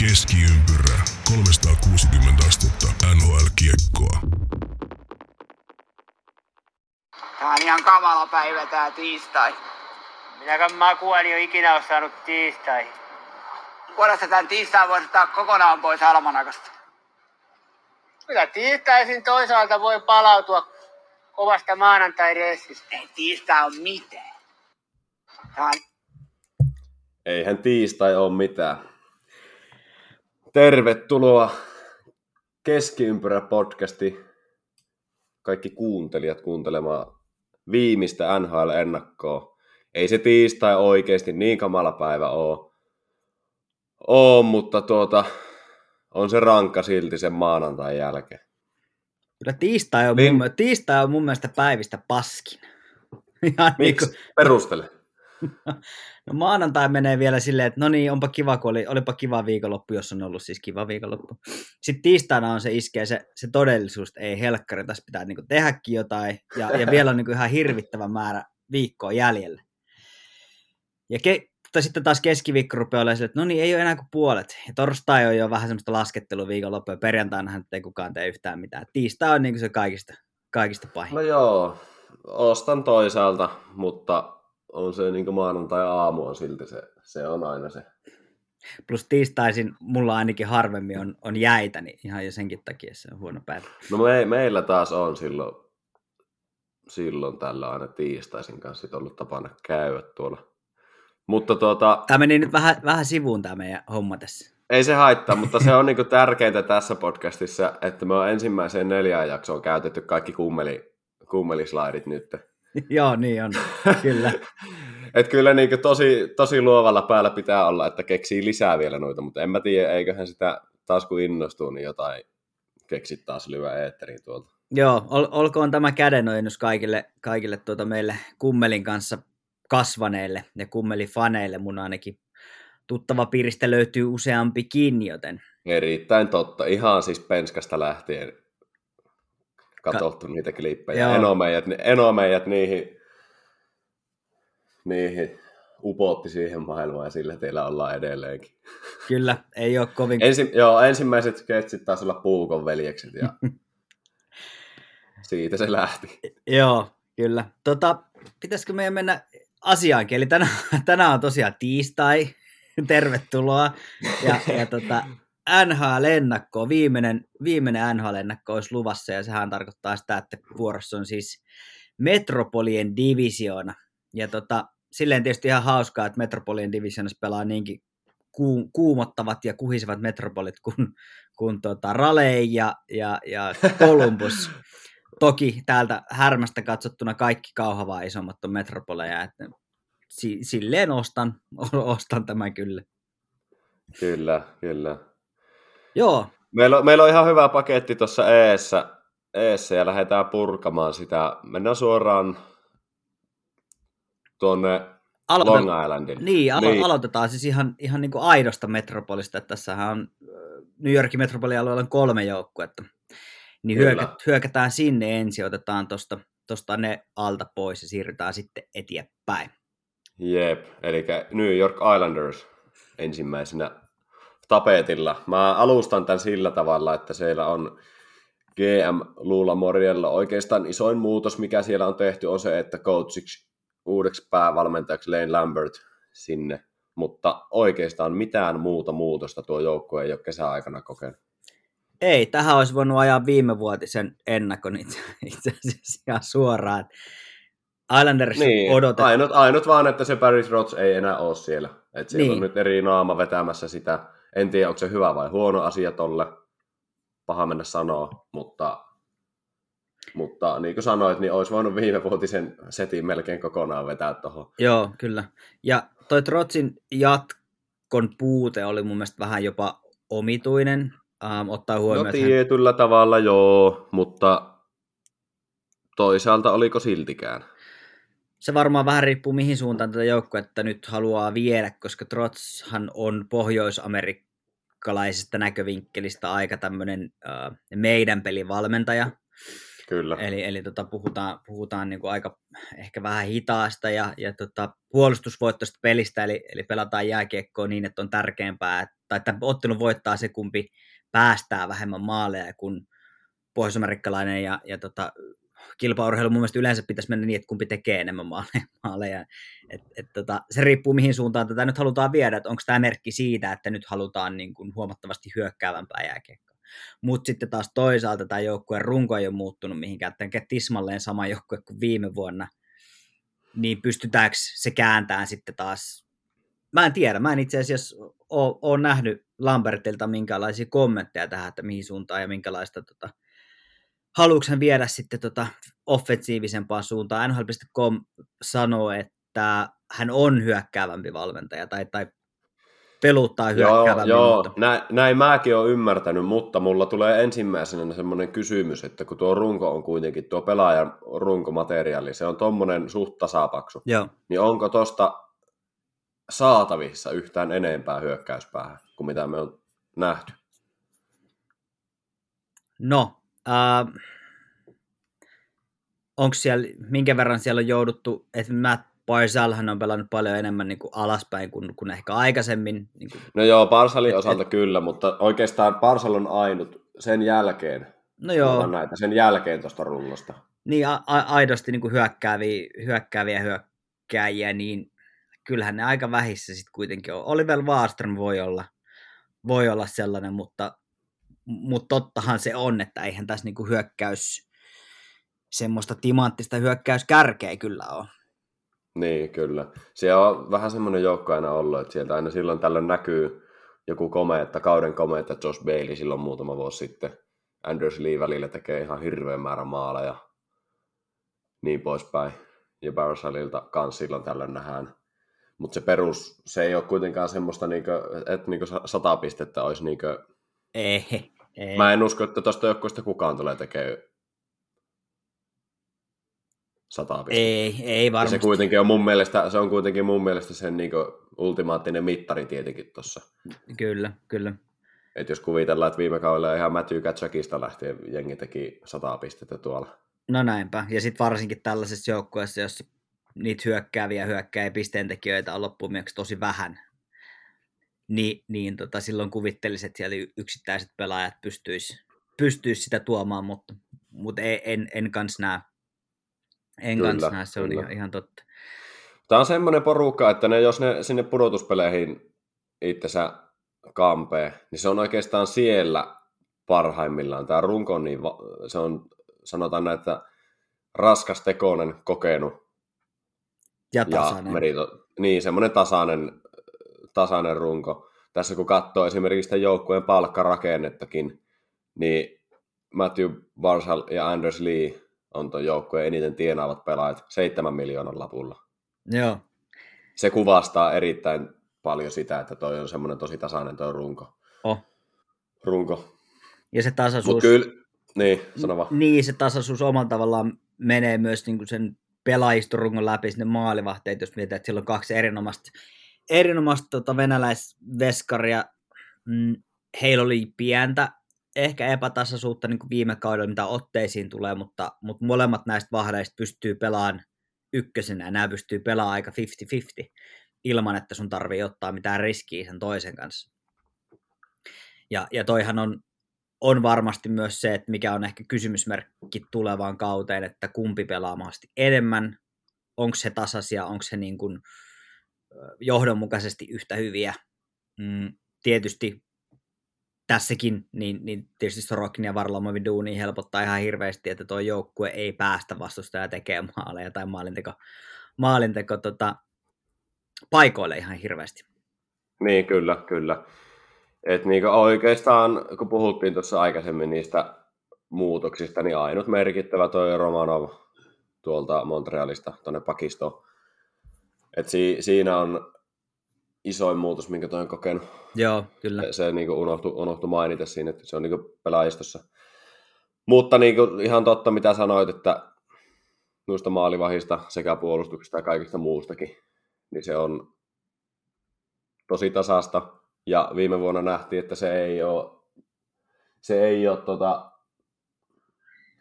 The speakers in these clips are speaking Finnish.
Keskiympyrä 360 astetta NHL-kiekkoa. Tää on ihan kamala päivä tää tiistai. Minäkään makua en ole ikinä ole saanut tiistai. Vuodessa tän tiistai voisi ottaa kokonaan pois almanakasta. Kyllä tiistaisin toisaalta voi palautua kovasta maanantai-reissistä. Ei tiistai on mitään. Tää on... Eihän tiistai ole mitään. Tervetuloa Keskiympyrä-podcasti kaikki kuuntelijat kuuntelemaan viimeistä NHL-ennakkoa. Ei se tiistai oikeasti niin kamala päivä ole, mutta on se rankka silti sen maanantain jälkeen. Kyllä tiistai on mun mielestä päivistä paskin. Miksi? Perustele. No maanantai menee vielä silleen, että no niin, onpa kiva, kun olipa kiva viikonloppu, jos on ollut siis kiva viikonloppu. Sitten tiistaina on se iskee se todellisuus, että ei helkkari, tässä pitää niinku tehdäkin jotain, ja vielä on niinku ihan hirvittävä määrä viikkoa jäljellä. Ja sitten taas keskiviikko rupeaa olemaan silleen, että no niin, ei ole enää kuin puolet. Ja torstai on jo vähän semmoista laskettelua viikonloppua, ja perjantainahan ei kukaan tee yhtään mitään. Tiistai on niinku se kaikista pahin. No joo, ostan toisaalta, mutta on se niin kuin maanantai-aamu on silti se on aina se. Plus tiistaisin mulla ainakin harvemmin on jäitä, niin ihan jo senkin takia se on huono päivä. No meillä taas on silloin tällä aina tiistaisin kanssa ollut tapana käydä tuolla. Mutta Tämä meni nyt vähän sivuun tämä meidän homma tässä. Ei se haittaa, mutta se on niinku tärkeintä tässä podcastissa, että me on ensimmäiseen 4 jaksoon käytetty kaikki kummelislaidit nyt. Joo, niin on, kyllä. Et kyllä niin tosi luovalla päällä pitää olla, että keksii lisää vielä noita, mutta en mä tiedä, eiköhän sitä taas kun innostuu, niin jotain keksit taas lyö eetteriin tuolta. Joo, olkoon tämä kädenojennus kaikille meille kummelin kanssa kasvaneille ja kummelifaneille. Mun ainakin tuttava piiristä löytyy useampikin, joten... Erittäin totta, ihan siis penskasta lähtien katsottu niitä klippejä. Eno meidät niihin upotti siihen maailmaan ja sillä teillä ollaan edelleenkin. Kyllä, ei ole kovin... Ensimmäiset sketsit taisi olla Puukon veljekset ja siitä se lähti. Joo, kyllä. Pitäisikö meidän mennä asiaankin? Eli tänään on tosiaan tiistai. Tervetuloa. Ja NHL-ennakko, viimeinen NHL-ennakko olisi luvassa, ja sehän tarkoittaa sitä, että vuorossa on siis Metropolien divisioona. Ja silleen tietysti ihan hauskaa, että Metropolien divisioonassa pelaa niinkin kuumottavat ja kuhisevat metropolit kuin Raleigh ja Columbus. Toki täältä härmästä katsottuna kaikki kauhavaa isommat on metropoleja, että silleen ostan tämän kyllä. Kyllä. Joo. Meillä on ihan hyvä paketti tuossa eessä ja lähdetään purkamaan sitä. Mennään suoraan tuonne Long Islandille. Niin. Aloitetaan siis ihan niin kuin aidosta metropolista. Tässähän on New Yorkin metropolialueella on 3 joukkuetta. Niin hyökätään sinne ensin, otetaan tuosta ne alta pois ja siirrytään sitten eteenpäin. Jep, eli New York Islanders ensimmäisenä tapetilla. Mä alustan tämän sillä tavalla, että siellä on GM Lula Moriello. Oikeastaan isoin muutos, mikä siellä on tehty, on se, että coachiksi uudeksi päävalmentajaksi Lane Lambert sinne. Mutta oikeastaan mitään muutosta tuo joukkue ei ole kesäaikana kokenut. Ei, tähän olisi voinut ajaa viimevuotisen ennakon itse asiassa ihan suoraan. Islanders odotetaan. Ainut vaan, että se Barry Trotz ei enää ole siellä. Että siellä on nyt eri naama vetämässä sitä. En tiedä, onko se hyvä vai huono asia tolle. Paha mennä sanoa, mutta niin kuin sanoit, niin olisi voinut viimevuotisen setin melkein kokonaan vetää tuohon. Joo, kyllä. Ja toi Trotzin jatkon puute oli mun mielestä vähän jopa omituinen. Ottaa huomioon, tietyllä tavalla joo, mutta toisaalta oliko siltikään? Se varmaan vähän riippuu mihin suuntaan tätä joukkuetta nyt haluaa viedä, koska Trotzhan on pohjois-amerikkalaisesta näkövinkkelistä aika tämmöinen meidän pelin valmentaja. Kyllä. Eli puhutaan niin kuin aika ehkä vähän hitaasta ja puolustusvoittoista pelistä, eli pelataan jääkiekkoa niin, että on tärkeämpää, tai että ottelun voittaa se, kumpi päästää vähemmän maaleja kuin pohjois-amerikkalainen ja kilpaurheilu mun mielestä yleensä pitäisi mennä niin, että kumpi tekee enemmän maaleja. Se riippuu mihin suuntaan tätä nyt halutaan viedä, että onko tämä merkki siitä, että nyt halutaan niin kuin huomattavasti hyökkäävämpää jääkiekkoa. Mutta sitten taas toisaalta tämä joukkueen runko ei ole muuttunut mihinkään, tämän tismalleen sama joukkue kuin viime vuonna, niin pystytäänkö se kääntämään sitten taas. Mä en tiedä, mä en itse asiassa ole nähnyt Lambertilta minkälaisia kommentteja tähän, että mihin suuntaan ja minkälaista haluatko hän viedä sitten offensiivisempaan suuntaan. NHL.com sanoo, että hän on hyökkäävämpi valmentaja tai peluttaa hyökkäävämmin. Joo, näin mäkin olen ymmärtänyt, mutta mulla tulee ensimmäisenä semmoinen kysymys, että kun tuo runko on kuitenkin, tuo pelaajan runkomateriaali, se on tommonen suht tasapaksu, niin onko tosta saatavissa yhtään enempää hyökkäyspäähän kuin mitä me on nähty? No, onko siellä, minkä verran siellä on jouduttu, että Matt Barzalhan on pelannut paljon enemmän niin kuin alaspäin kuin ehkä aikaisemmin. Niin kuin. No joo, Barzalin osalta kyllä, mutta oikeastaan Barzal on ainut sen jälkeen. No joo. Sen jälkeen tuosta rungosta. Niin aidosti niin kuin hyökkääviä hyökkääjiä, niin kyllähän ne aika vähissä sitten kuitenkin on. Oliver Wahlström voi olla sellainen, mutta tottahan se on, että eihän tässä niinku semmoista timanttista hyökkäyskärkeä kyllä ole. Niin, kyllä. Se on vähän semmoinen joukko aina ollut, että sieltä aina silloin tällöin näkyy joku kauden komeetta Josh Bailey silloin muutama vuosi sitten. Anders Lee välillä tekee ihan hirveän määrän maaleja ja niin poispäin. Ja Barzalilta kans silloin tällöin nähdään. Mutta se ei ole kuitenkaan semmoista, että 100 pistettä olisi Ei. Mä en usko, että tuosta joukkueesta kukaan tulee tekemään 100 pistettä. Ei varmasti. Se on kuitenkin mun mielestä sen ultimaattinen mittari tietenkin tuossa. Kyllä. Et jos kuvitellaan, että viime kaudella ihan Matthew Katsakista lähtien jengi teki 100 pistettä tuolla. No näinpä. Ja sitten varsinkin tällaisessa joukkueessa, jos niitä hyökkääviä pisteentekijöitä on loppuun tosi vähän, niin silloin kuvittelisin, että siellä yksittäiset pelaajat pystyisi sitä tuomaan, mutta en kans näe. Se on ihan totta. Tämä on semmoinen porukka, että jos ne sinne pudotuspeleihin itsensä kampee, niin se on oikeastaan siellä parhaimmillaan. Tämä runko on se on, sanotaan näin, että raskastekoinen, kokenut ja tasainen. Niin, semmoinen tasainen runko. Tässä kun katsoo esimerkiksi tämän joukkueen palkkarakennettakin, niin Matthew Barzal ja Anders Lee on tuon joukkueen eniten tienaavat pelaajat 7 miljoonan lapulla. Joo. Se kuvastaa erittäin paljon sitä, että toi on semmoinen tosi tasainen toi runko. Runko. Ja se tasaisuus. Niin, sano vaan. Niin, se tasaisuus omalla tavallaan menee myös niin kuin sen pelaajistorungon läpi sinne maalivahteet, jos mietitään, että siellä on 2 erinomaista venäläisveskaria. Heillä oli pientä ehkä epätasaisuutta niin kuin viime kaudella, mitä otteisiin tulee, mutta molemmat näistä vahdeista pystyy pelaamaan ykkösenä, ja nämä pystyy pelaamaan aika 50-50, ilman että sun tarvii ottaa mitään riskiä sen toisen kanssa. Ja toihan on varmasti myös se, että mikä on ehkä kysymysmerkki tulevaan kauteen, että kumpi pelaa mahdollisesti enemmän, onko se tasaisia, onko se niin kuin johdonmukaisesti yhtä hyviä. Tietysti tässäkin, niin tietysti Sorokin ja Varlamovin duuni helpottaa ihan hirveästi, että tuo joukkue ei päästä vastustajaa tekemään maaleja tai maalinteko paikoille ihan hirveästi. Niin, kyllä. Et niinku oikeastaan, kun puhuttiin tuossa aikaisemmin niistä muutoksista, niin ainut merkittävä toi Romanov tuolta Montrealista tuonne pakistoon. Et siinä on isoin muutos, minkä toi on kokenut. Joo, kyllä. Se niinku unohtui mainita siinä, että se on niinku pelaajistossa. Mutta niinku ihan totta, mitä sanoit, että noista maalivahista sekä puolustuksesta ja kaikista muustakin, niin se on tosi tasasta. Ja viime vuonna nähtiin, että se ei ole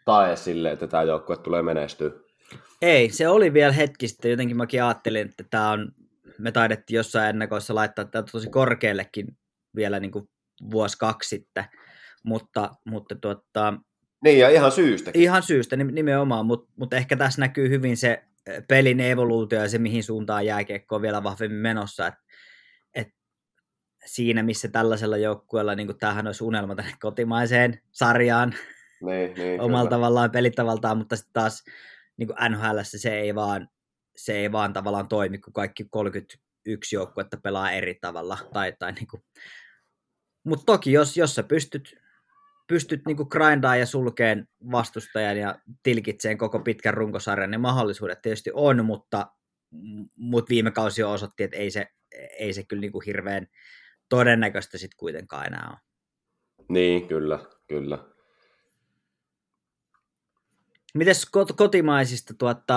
tae sille, että tämä joukkue tulee menestyä. Ei, se oli vielä hetki sitten, jotenkin mäkin ajattelin, että me taidettiin jossain ennakoissa laittaa tätä tosi korkeallekin vielä niin kuin vuosi 2 sitten, mutta Niin, ja ihan syystäkin. ihan syystä nimenomaan, mutta ehkä tässä näkyy hyvin se pelin evoluutio ja se, mihin suuntaan jääkiekko on vielä vahvemmin menossa, että siinä, missä tällaisella joukkueella, niin kuin tämähän olisi unelma tänne kotimaiseen sarjaan Niin, omalla kyllä. tavallaan pelitavaltaan, mutta sitten taas niin kuin NHL:ssä se ei vaan tavallaan toimi, kun kaikki 31 joukkuetta pelaa eri tavalla. Tai niin kuin. Mutta toki, jos sä pystyt niin kuin grindaan ja sulkeen vastustajan ja tilkitseen koko pitkän runkosarjan, niin mahdollisuudet tietysti on, mutta viime kausi jo osoitti, että ei se kyllä niin kuin hirveän todennäköistä sitten kuitenkaan enää ole. Niin, kyllä. Mites kotimaisista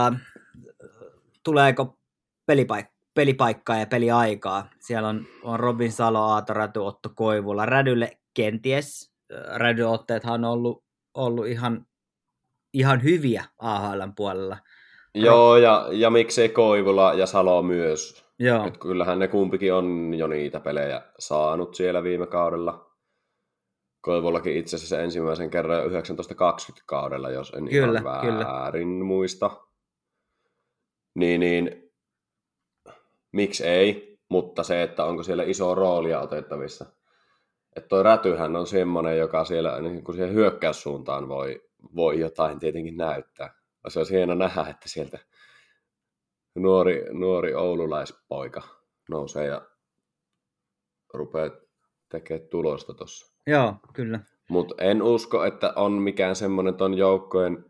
tuleeko pelipaikkaa ja peliaikaa? Siellä on Robin Salo, Aato Räty, Otto Koivula. Rädylle kenties. Rädyotteethan on ollut ihan hyviä AHL:n puolella. Joo, ja miksei Koivula ja Salo myös. Joo. Et kyllähän ne kumpikin on jo niitä pelejä saanut siellä viime kaudella. Koivulakin itse asiassa ensimmäisen kerran 1920 kaudella, jos en Kyllä, ihan väärin muista. Niin, miksi ei, mutta se, että onko siellä iso roolia otettavissa. Että toi Rätyhän on semmoinen, joka siellä niin kun siihen hyökkäyssuuntaan voi jotain tietenkin näyttää. Se olisi hieno nähdä, että sieltä nuori oululaispoika nousee ja rupeaa tekemään tulosta tuossa. Joo, kyllä. Mutta en usko, että on mikään semmoinen ton joukkojen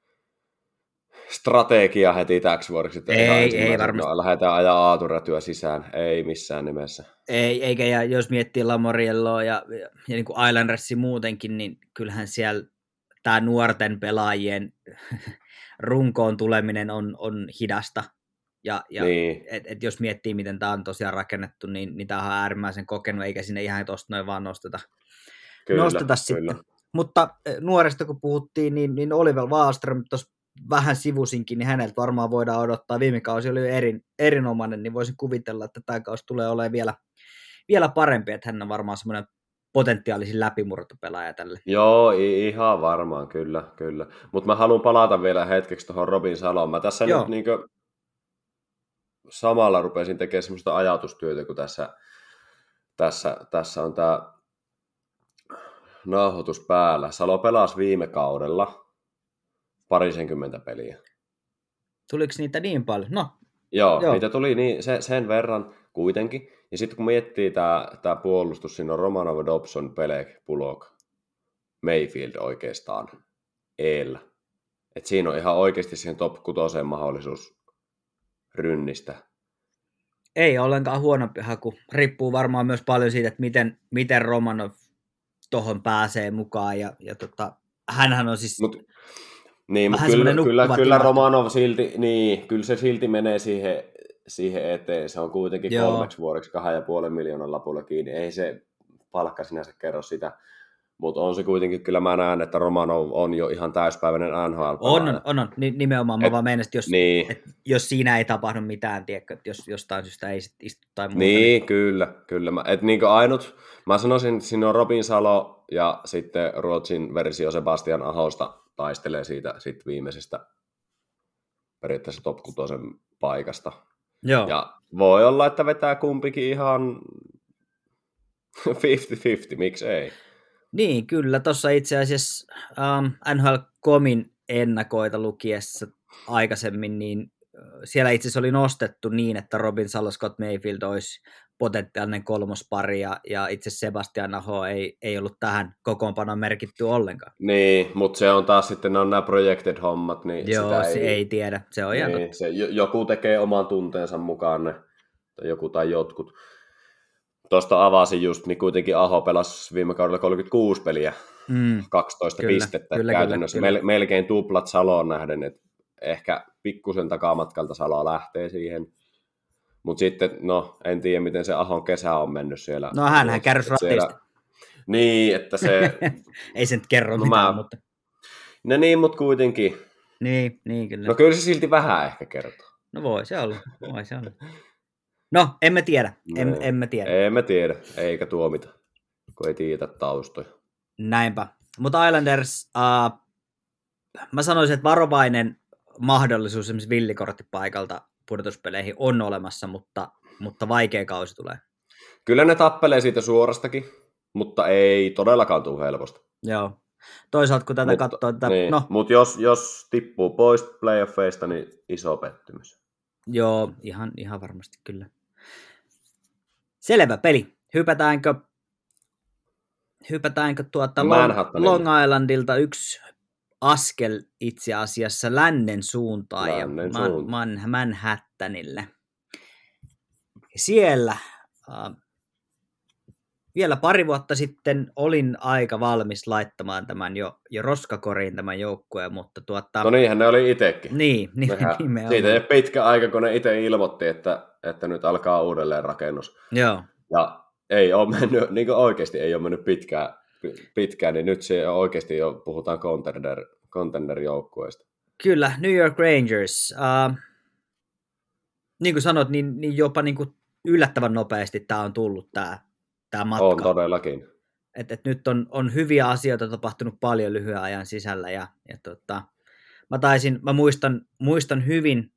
strategia heti täksi vuodeksi. Että ei varmasti. No, lähdetään ajaa Aaturätyä sisään. Ei missään nimessä. Ei, eikä ja jos miettii Lamorielloa ja niin kuin Islandersia muutenkin, niin kyllähän siellä tämä nuorten pelaajien runkoon tuleminen on hidasta. Ja niin. et jos miettii, miten tämä on tosiaan rakennettu, niin tämä on äärimmäisen kokenut, eikä sinne ihan tuosta noin vaan nosteta Kyllä. sitten. Mutta nuoresta kun puhuttiin, niin Oliver Wahlström tuossa vähän sivusinkin, niin häneltä varmaan voidaan odottaa. Viime kausi oli erinomainen, niin voisin kuvitella, että tämä kausi tulee olemaan vielä parempi, että hän on varmaan semmoinen potentiaalisin läpimurtopelaaja tälle. Joo, ihan varmaan, kyllä. Mutta mä haluan palata vielä hetkeksi tuohon Robin Saloon. Mä tässä nyt niinkö samalla rupesin tekemään semmoista ajatustyötä, kun tässä on tämä nauhoitus päällä. Salo pelasi viime kaudella 20 peliä. Tuliko niitä niin paljon? No. Joo. Niitä tuli sen verran kuitenkin. Ja sitten kun miettii tämä puolustus, siinä on Romanov, Dobson, Pelek, Pulok, Mayfield oikeastaan eellä. Et siinä on ihan oikeasti siihen top 6 mahdollisuus rynnistä. Ei ollenkaan huonompi haku. Riippuu varmaan myös paljon siitä, että miten Romanov tuohon pääsee mukaan. Ja hänhän on siis mutta kyllä Romanov silti, kyllä se silti menee siihen eteen. Se on kuitenkin 3 vuodeksi 2,5 miljoonan lapulla kiinni. Ei se palkka sinänsä kerro sitä. Mutta on se kuitenkin, kyllä mä näen, että Romanov on jo ihan täyspäiväinen NHL-pelaaja. On. Nimenomaan. Mä vaan meinasin, että jos siinä ei tapahdu mitään, tiedätkö, että jos jostain syystä ei sit istu tai muuta. Niin, kyllä. Et niin ainut, mä sanoisin, että siinä on Robin Salo ja sitten Ruotsin versio Sebastian Ahosta taistelee siitä sit viimeisestä periaatteessa top 6 paikasta. Joo. Ja voi olla, että vetää kumpikin ihan 50-50, miksi ei? Niin, kyllä. Tuossa itse asiassa NHL.comin ennakoita lukiessa aikaisemmin, niin siellä itse asiassa oli nostettu niin, että Robin Salo, Scott Mayfield olisi potentiaalinen kolmospari, ja itse Sebastian Aho ei ollut tähän kokoonpanoon merkitty ollenkaan. Niin, mutta se on taas sitten nämä projected hommat, niin joo, sitä se ei tiedä. Se on ihan totta. Joku tekee oman tunteensa mukaan ne, tai joku tai jotkut. Tuosta avasin just, niin kuitenkin Aho pelasi viime kaudella 36 peliä, 12 pistettä. Käytännössä kyllä. Melkein tuplat Saloon nähden, että ehkä pikkusen takamatkalta Salo lähtee siihen. Mutta sitten, en tiedä, miten se Ahon kesä on mennyt siellä. No hänhän kärsi ratista. Niin, että se... ei se nyt kerro mitään, mutta... No niin, mutta kuitenkin. Niin kyllä. No kyllä se silti vähän ehkä kertoo. No voi se olla. No, emme tiedä. Emme tiedä. Emme tiedä, eikä tuomita, kun ei tiedä taustoja. Näinpä. Mutta Islanders, mä sanoisin, että varovainen mahdollisuus esimerkiksi villikorttipaikalta pudotuspeleihin on olemassa, mutta vaikea kausi tulee. Kyllä ne tappelee siitä suorastakin, mutta ei todellakaan tule helposti. Joo. Toisaalta kun tätä katsoo, että niin. no. Mutta jos tippuu pois playoffeista, niin iso pettymys. Joo, ihan varmasti kyllä. Selvä peli. Hypätäänkö Long Islandilta yksi askel itse asiassa lännen suuntaan ja Manhattanille. Siellä vielä pari vuotta sitten olin aika valmis laittamaan tämän jo roskakoriin tämän joukkueen, mutta No niinhän ne oli itsekin. Niin siitä ei ole pitkä aika, kun ne itse ilmoitti, että nyt alkaa uudelleen rakennus. Joo. Ja ei ole mennyt, niin kuin oikeasti ei ole mennyt pitkään, niin nyt se oikeasti jo puhutaan contender-joukkueesta. Kyllä, New York Rangers. Niin kuin sanot, niin jopa niin kuin yllättävän nopeasti tämä on tullut tämä matka. On todellakin. Et nyt on hyviä asioita tapahtunut paljon lyhyen ajan sisällä ja mä muistan hyvin,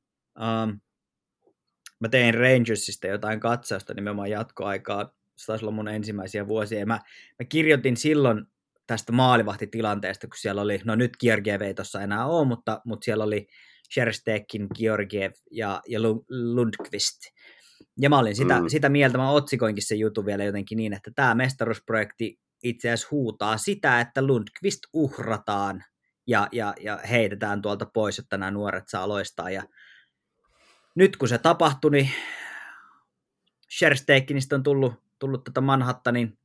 mä tein Rangersista jotain katsausta nimenomaan jatkoaikaa, se taisi olla mun ensimmäisiä vuosia, ja mä kirjoitin silloin tästä maalivahtitilanteesta, kun siellä oli, no nyt Georgiev ei tuossa enää ole, mutta siellä oli Shershtekin, Georgiev ja Lundqvist. Ja mä olin sitä mieltä, mä otsikoinkin sen jutun vielä jotenkin niin, että tämä mestaruusprojekti itse asiassa huutaa sitä, että Lundqvist uhrataan ja heitetään tuolta pois, jotta nämä nuoret saa loistaa. Ja nyt kun se tapahtui, niin Shershtekinistä on tullut Manhattanin,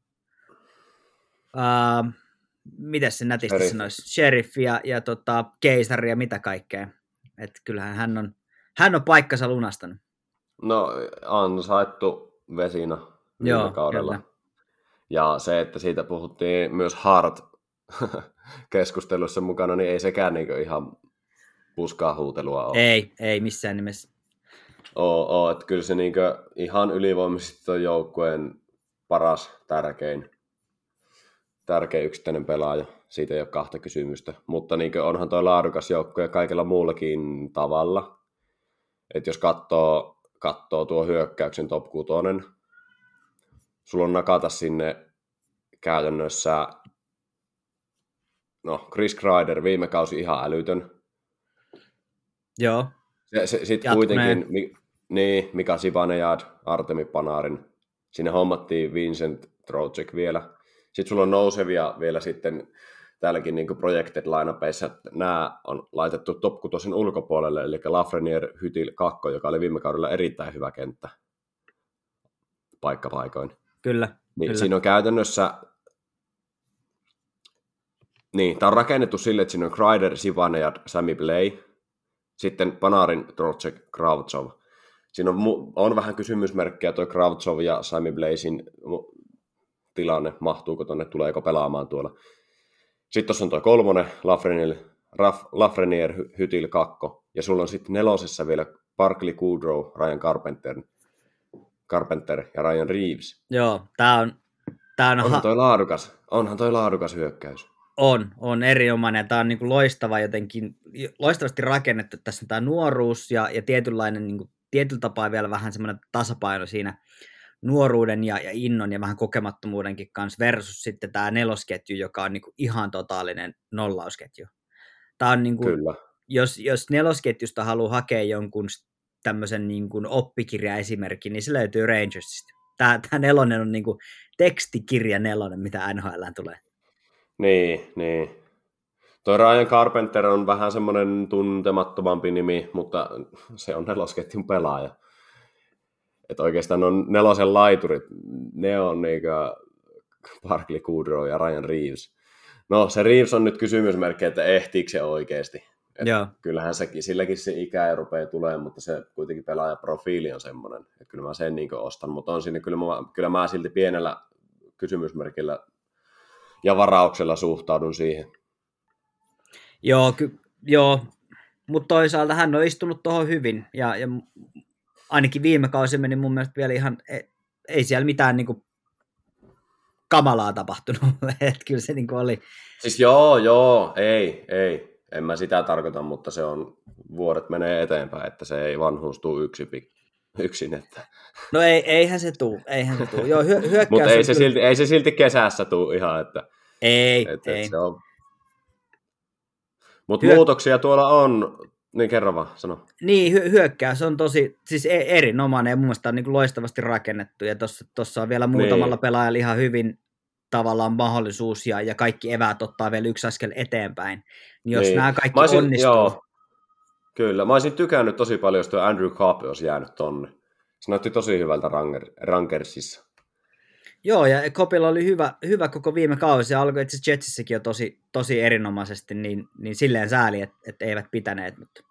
miten se nätisti sanoisi, sheriff ja keisari ja mitä kaikkea. Että kyllähän hän on paikkansa lunastanut. No, ansaittu Vesina viime kaudella. Kyllä. Ja se, että siitä puhuttiin myös Hart keskustelussa mukana, niin ei sekään niin ihan puskaa huutelua ole. Ei missään nimessä. Että kyllä se niin ihan ylivoimaisesti on joukkueen paras, tärkein yksittäinen pelaaja. Siitä ei ole kahta kysymystä. Mutta niin onhan tuo laadukas joukkue kaikella muullakin tavalla. Että jos katsoo tuo hyökkäyksen top 6, sulla on nakata sinne käytännössä, no Chris Kreider viime kausi ihan älytön. Joo. Sitten kuitenkin, Mika Zibanejad, Artemi Panarin, sinne hommattiin Vincent Trocheck vielä. Sitten sulla on nousevia vielä sitten täälläkin niin projected lineupeissa, nämä on laitettu top 6 ulkopuolelle, eli Lafreniere, Hytil, Kakko, joka oli viime kaudella erittäin hyvä kenttä paikkapaikoin. Kyllä. Siinä on käytännössä, tämä on rakennettu sille, että siinä on Kreider, Zibanejad, Sammy Blais, sitten Panarin, Trocheck, Kravtsov. Siinä on vähän kysymysmerkkejä tuo Kravtsov ja Sammy Blaisin tilanne, mahtuuko tuonne, tuleeko pelaamaan tuolla. Sitten tuossa on tuo 3, Lafreniere, Hytil, Kakko, ja sulla on sitten 4 vielä Barclay Goodrow, Ryan Carpenter ja Ryan Reeves. Joo, onhan toi laadukas hyökkäys. On erinomainen, tämä on niin kuin loistavasti rakennettu tässä tämä nuoruus ja tietynlainen niin kuin, tietyllä tapaa vielä vähän semmoinen tasapaino siinä nuoruuden ja innon ja vähän kokemattomuudenkin kanssa versus sitten tämä 4-ketju, joka on niin kuin ihan totaalinen nollausketju. Tämä on niin kuin, jos 4-ketjusta haluaa hakea jonkun tämmöisen niin kuin oppikirjaesimerkin, niin se löytyy Rangersista. Tämä 4 on niin kuin tekstikirja 4, mitä NHL tulee. Niin. Toi Ryan Carpenter on vähän semmoinen tuntemattomampi nimi, mutta se on 4-ketjun pelaaja. Että oikeastaan on 4 laiturit, ne on niinku Barclay Goodrow ja Ryan Reeves. No se Reeves on nyt kysymysmerkki, että ehtiikö se oikeasti. Kyllähän silläkin se ikä ei rupea tulemaan, mutta se kuitenkin pelaajaprofiili on semmoinen, että kyllä mä sen niinku ostan, mutta on siinä kyllä mä silti pienellä kysymysmerkillä ja varauksella suhtaudun siihen. Joo, mutta toisaalta hän on istunut tuohon hyvin, ja ainakin viime kausi meni mun mielestä vielä ihan, ei siellä mitään niinku kamalaa tapahtunut, että kyllä se niinku oli. Siis ei, en mä sitä tarkoita, mutta se on, vuodet menee eteenpäin, että se ei vanhuustu yksin. Että. No eihän se tuu. Joo, mutta ei se silti kesässä tuu ihan, että. Ei. Se on. Mutta muutoksia tuolla on, niin kerro vaan, sano. Niin, hyökkäys on tosi, siis erinomainen ja mun mielestä on niin kuin loistavasti rakennettu, ja tuossa on vielä muutamalla pelaajalla ihan hyvin tavallaan mahdollisuus, ja kaikki eväät ottaa vielä yksi askel eteenpäin. Niin jos nämä kaikki onnistuu. Joo, kyllä, mä olisin tykännyt tosi paljon, jos tuo Andrew Copp olisi jäänyt tonne. Se näytti tosi hyvältä Rangersissa. Joo, ja Coppilla oli hyvä koko viime kausi, ja alkoi itse asiassa Jetsissäkin jo tosi erinomaisesti, niin silleen sääli, että eivät pitäneet. Mutta.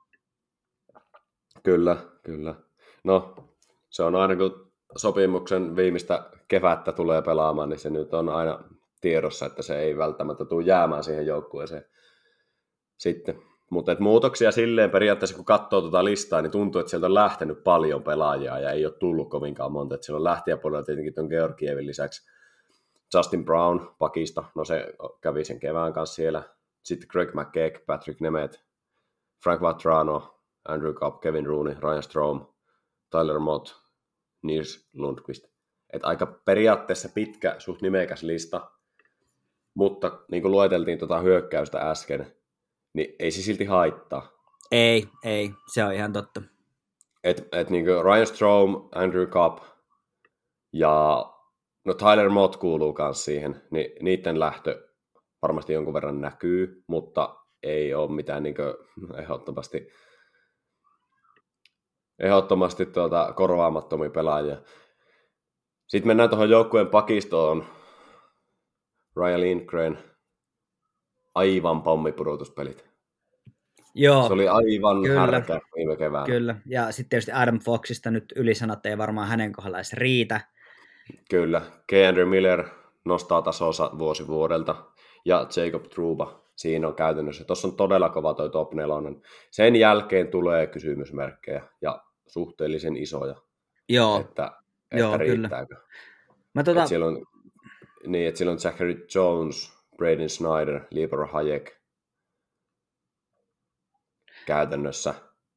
Kyllä. No, se on aina kun sopimuksen viimeistä kevättä tulee pelaamaan, niin se nyt on aina tiedossa, että se ei välttämättä tule jäämään siihen joukkueeseen sitten. Mutta muutoksia silleen periaatteessa, kun katsoo tuota listaa, niin tuntuu, että sieltä on lähtenyt paljon pelaajia ja ei ole tullut kovinkaan monta. Että siellä on lähtijäpuolella tietenkin tuon Georgievin lisäksi Justin Brown pakista, no se kävi sen kevään kanssa siellä. Sitten Greg McKeck, Patrick Nemeth, Frank Vatrano, Andrew Copp, Kevin Rooney, Ryan Strome, Tyler Mott, Nils Lundqvist. Että aika periaatteessa pitkä, suht nimekäs lista, mutta niin kuin lueteltiin tuota hyökkäystä äsken, niin ei se silti haittaa. Ei, se on ihan totta. Et niin kuin Ryan Strome, Andrew Copp ja no Tyler Mott kuuluu myös siihen, niin niiden lähtö varmasti jonkun verran näkyy, mutta ei ole mitään niin kuin ehdottomasti korvaamattomia pelaajia. Sitten mennään tuohon joukkueen pakistoon. Ryan Lindgren, aivan pommipudotuspelit. Joo, se oli aivan härkä viime keväänä. Kyllä, ja sitten tietysti Adam Foxista nyt ylisanat ei varmaan hänen kohdallaan edes riitä. Kyllä, Keandre Miller nostaa tasonsa vuosi vuodelta, ja Jacob Trouba siinä on käytännössä. Tuossa on todella kova toi top 4. Sen jälkeen tulee kysymysmerkkejä, ja suhteellisen isoja. Joo, että riittääkö. Kyllä. Siellä on Zachary Jones, Braden Snyder, Libor Hayek käytännössä.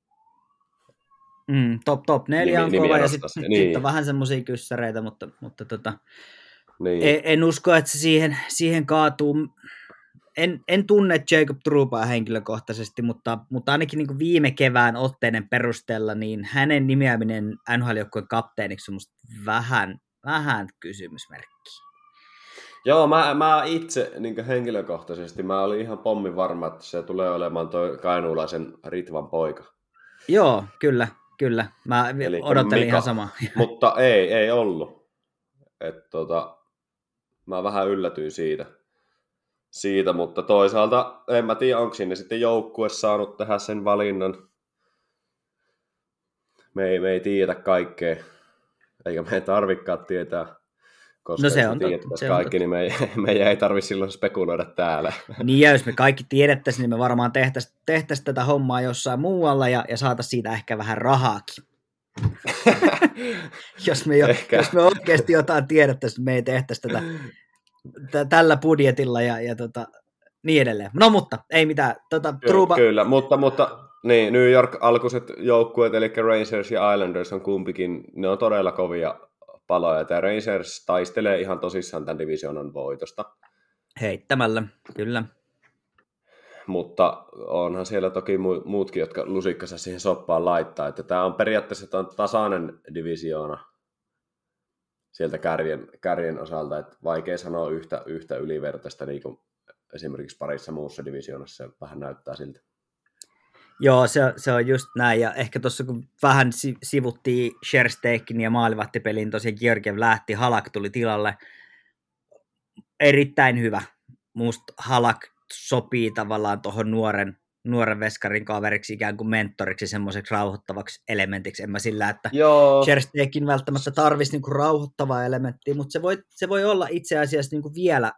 Top 4 on kova, ja sitten vähän semmoisia kyssäreitä, mutta niin. En usko, että se siihen kaatuu. En tunne Jacob Troubaa henkilökohtaisesti, mutta ainakin niin kuin viime kevään otteiden perusteella, niin hänen nimeäminen NHL-joukkueen kapteeniksi on musta vähän kysymysmerkki. Joo, mä itse niin henkilökohtaisesti, mä olin ihan pommin varma, että se tulee olemaan toi kainuulaisen Ritvan poika. Joo, kyllä. Mä odottelin ihan samaa. Mutta ei ollut. Mä vähän yllätyin siitä, mutta toisaalta en mä tiedä, onko sinne sitten joukkue saanut tehdä sen valinnan. Me ei tiedä kaikkea, eikä me ei tarvikaan tietää, koska se on tietäisi kaikki, niin meidän ei tarvitse silloin spekuloida täällä. Niin, ja jos me kaikki tiedettäisiin, niin me varmaan tehtäisiin tätä hommaa jossain muualla ja saataisiin siitä ehkä vähän rahaakin. jos me oikeasti jotain tiedettäisiin, me ei tehtäisi tätä tällä budjetilla ja niin edelleen. No mutta, ei mitään. Kyllä, mutta niin, New York-alkuiset joukkueet, eli Rangers ja Islanders on kumpikin, ne on todella kovia paloja. Tämä Rangers taistelee ihan tosissaan tämän divisioonan voitosta. Heittämällä, kyllä. Mutta onhan siellä toki muutkin, jotka lusikkansa siihen soppaan laittaa. Että tämä on periaatteessa tasainen divisioona sieltä kärjen osalta, että vaikea sanoa yhtä ylivertaista, niin kuin esimerkiksi parissa muussa divisioonassa se vähän näyttää siltä. Joo, se on just näin, ja ehkä tuossa kun vähän sivuttiin Sherstekin ja maalivahtipelin, tosiaan Georgiev lähti, Halak tuli tilalle, erittäin hyvä. Musta Halak sopii tavallaan tuohon nuoren veskarin kaveriksi, ikään kuin mentoriksi, semmoiseksi rauhoittavaksi elementiksi. En mä sillä, että Sherstekin välttämättä tarvitsisi niinku rauhoittavaa elementtiä, mutta se voi olla itse asiassa niinku vielä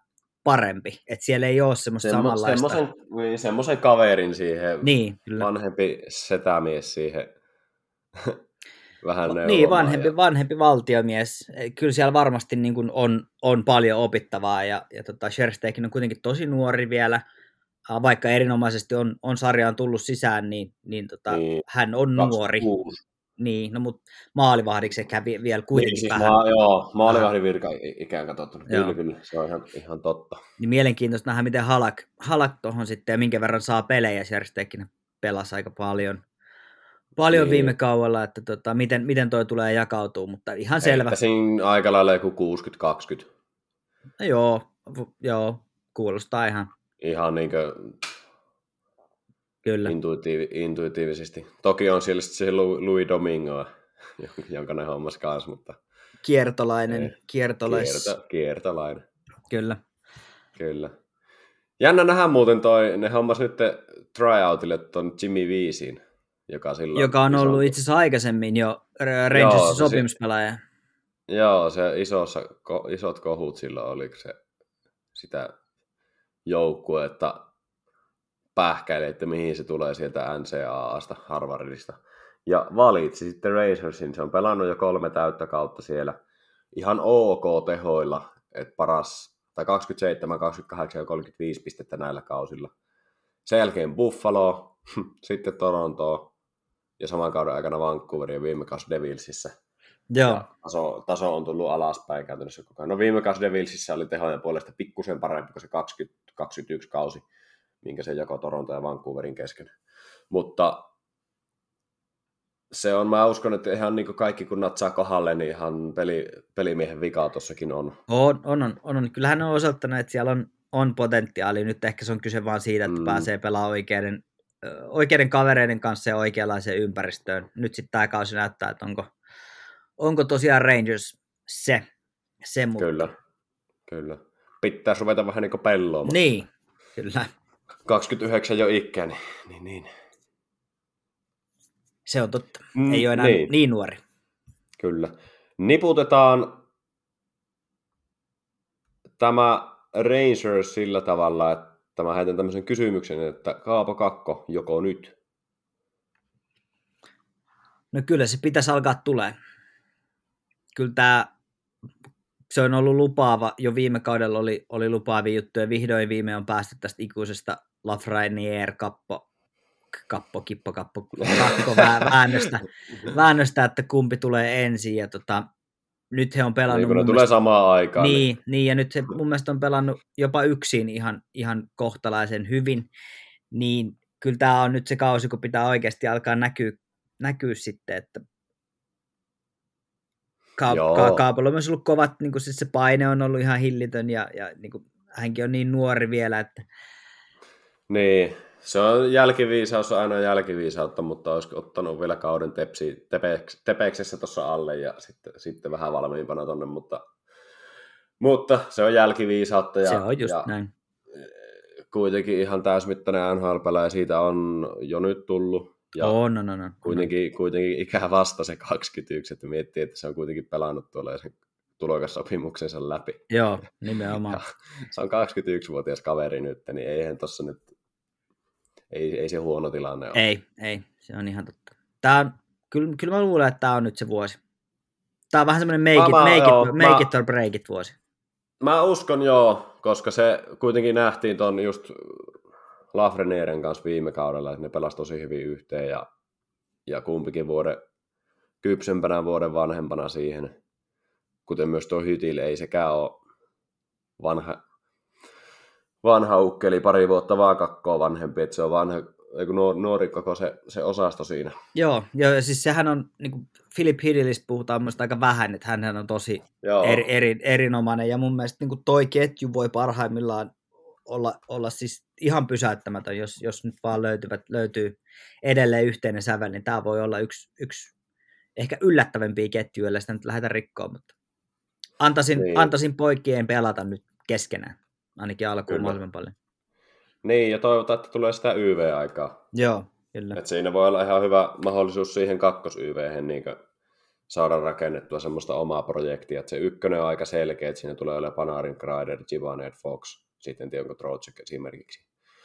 parempi. Että siellä ei ole semmoista samanlaista. Semmoisen kaverin siihen, niin, kyllä. vanhempi setämies siihen vähän niin, vanhempi valtiomies. Kyllä siellä varmasti niin kuin on paljon opittavaa, ja Scherstekin on kuitenkin tosi nuori vielä, vaikka erinomaisesti on sarjaan tullut sisään, niin hän on 26. Nuori. Niin, no mutta maalivahdiksi ehkä vielä kuitenkin niin, siis vähän. maalivahdin virka ikään katsottu. Kyllä, se on ihan totta. Niin mielenkiintoista nähdä, miten Halak tuohon sitten, ja minkä verran saa pelejä. Scherstekin pelasi aika paljon niin. Viime kaudella, että miten toi tulee jakautuu, mutta ihan selvä. Siinä aika lailla joku 60-20. No joo, kuulostaa ihan niin kuin kyllä. Intuitiivisesti. Toki on siellä se Louis Domingo, jonka ne hommas kanssa, mutta kiertolainen. Kyllä. Jännä nähdä muuten ne hommas nyt tryoutille ton Jimmy Viisin, joka on ollut itse asiassa aikaisemmin jo Rangersin sopimuspelaaja. Joo, se isot kohut silloin, oliko se sitä joukkuetta pähkäili, että mihin se tulee sieltä NCAAsta, Harvardista. Ja valitsi sitten Rangersin, se on pelannut jo 3 täyttä kautta siellä. Ihan ok tehoilla, että paras, tai 27, 28 ja 35 pistettä näillä kausilla. Sen jälkeen Buffalo, sitten Toronto ja saman kauden aikana Vancouver ja viime kausi Devilsissä. Joo. Taso on tullut alaspäin käytännössä koko ajan. No viime kausi Devilsissä oli tehojen puolesta pikkusen parempi kuin se 2021 kausi, minkä se jako Toronto ja Vancouverin kesken. Mutta se on, mä uskon, että ihan niin kuin kaikki kun natsaa kohdalle, niin ihan pelimiehen vika tossakin on. On. Kyllähän on osoittanut, että siellä on potentiaali. Nyt ehkä se on kyse vaan siitä, että pääsee pelaamaan oikeiden kavereiden kanssa ja oikeanlaiseen ympäristöön. Nyt sitten tämä kausi näyttää, että onko tosiaan Rangers se mutta. Kyllä. Pitäisi ruveta vähän niin kuin pelloamaan. Niin, kyllä. 29 jo ikää, niin. Se on totta. Ei ole enää niin nuori. Kyllä. Niputetaan tämä Rangers sillä tavalla, että mä heitän tämmöisen kysymyksen, että Kaapo Kakko joko nyt? No kyllä se pitäisi alkaa tulee. Kyllä se on ollut lupaava. Jo viime kaudella oli lupaavia juttuja. Vihdoin viime on päästy tästä ikuisesta Lafreniere väännöstä, että kumpi tulee ensin. Ja nyt he on pelannut. Niin, tulee samaan aikaan. Niin, ja nyt he mun mielestä on pelannut jopa yksin ihan kohtalaisen hyvin. Niin kyllä tämä on nyt se kausi, kun pitää oikeasti alkaa näkyä sitten, että Kaapolla on myös ollut kovat, niin kuin siis se paine on ollut ihan hillitön, ja niin kuin, hänkin on niin nuori vielä, että. Niin, se on jälkiviisaus, on aina jälkiviisautta, mutta olisi ottanut vielä kauden tepeksessä tuossa alle ja sitten vähän valmiimpana tonne, mutta se on jälkiviisautta. Ja, se on just näin. Kuitenkin ihan täysmittainen NHL-pelaaja siitä on jo nyt tullut. Ja on. Kuitenkin ikä vasta se 21, että miettii, että se on kuitenkin pelannut tuolla sen tulokassopimuksensa läpi. Joo, nimenomaan. Ja se on 21-vuotias kaveri nyt, niin eihän tossa nyt, ei se huono tilanne ole. Ei, se on ihan totta. Kyllä mä luulen, että tämä on nyt se vuosi. Tämä on vähän semmoinen make it or break it vuosi. Mä uskon koska se kuitenkin nähtiin ton just Lafrenieren kanssa viime kaudella, että ne pelasi tosi hyvin yhteen ja kumpikin kypsempänä vuoden vanhempana siihen, kuten myös tuo Hytil, ei sekään ole vanha ukkeli, pari vuotta vaan kakkoa vanhempi, että se on nuori koko se osasto siinä. Joo, ja siis sehän on, niin kuin Philip Hydilistä puhutaan myös aika vähän, että hänhän on tosi erinomainen, ja mun mielestä niin kuin toi ketju voi parhaimmillaan olla siis ihan pysäyttämätön, jos nyt vaan löytyy edelleen yhteinen sävel, niin tämä voi olla yksi ehkä yllättävämpiä ketjuja, ellei sitä nyt lähdetä rikkoon, mutta antaisin poikien pelata nyt keskenään, ainakin alkuun mahdollisimman paljon. Niin, ja toivotaan, että tulee sitä YV-aikaa. Joo, kyllä. Että siinä voi olla ihan hyvä mahdollisuus siihen kakkos-YV:hen niin saada rakennettua semmoista omaa projektia. Että se ykkönen on aika selkeä, että siinä tulee olemaan Panarin, Kreider, Givaner, Fox. Sitten en tiedä, onko Trocheck esimerkiksi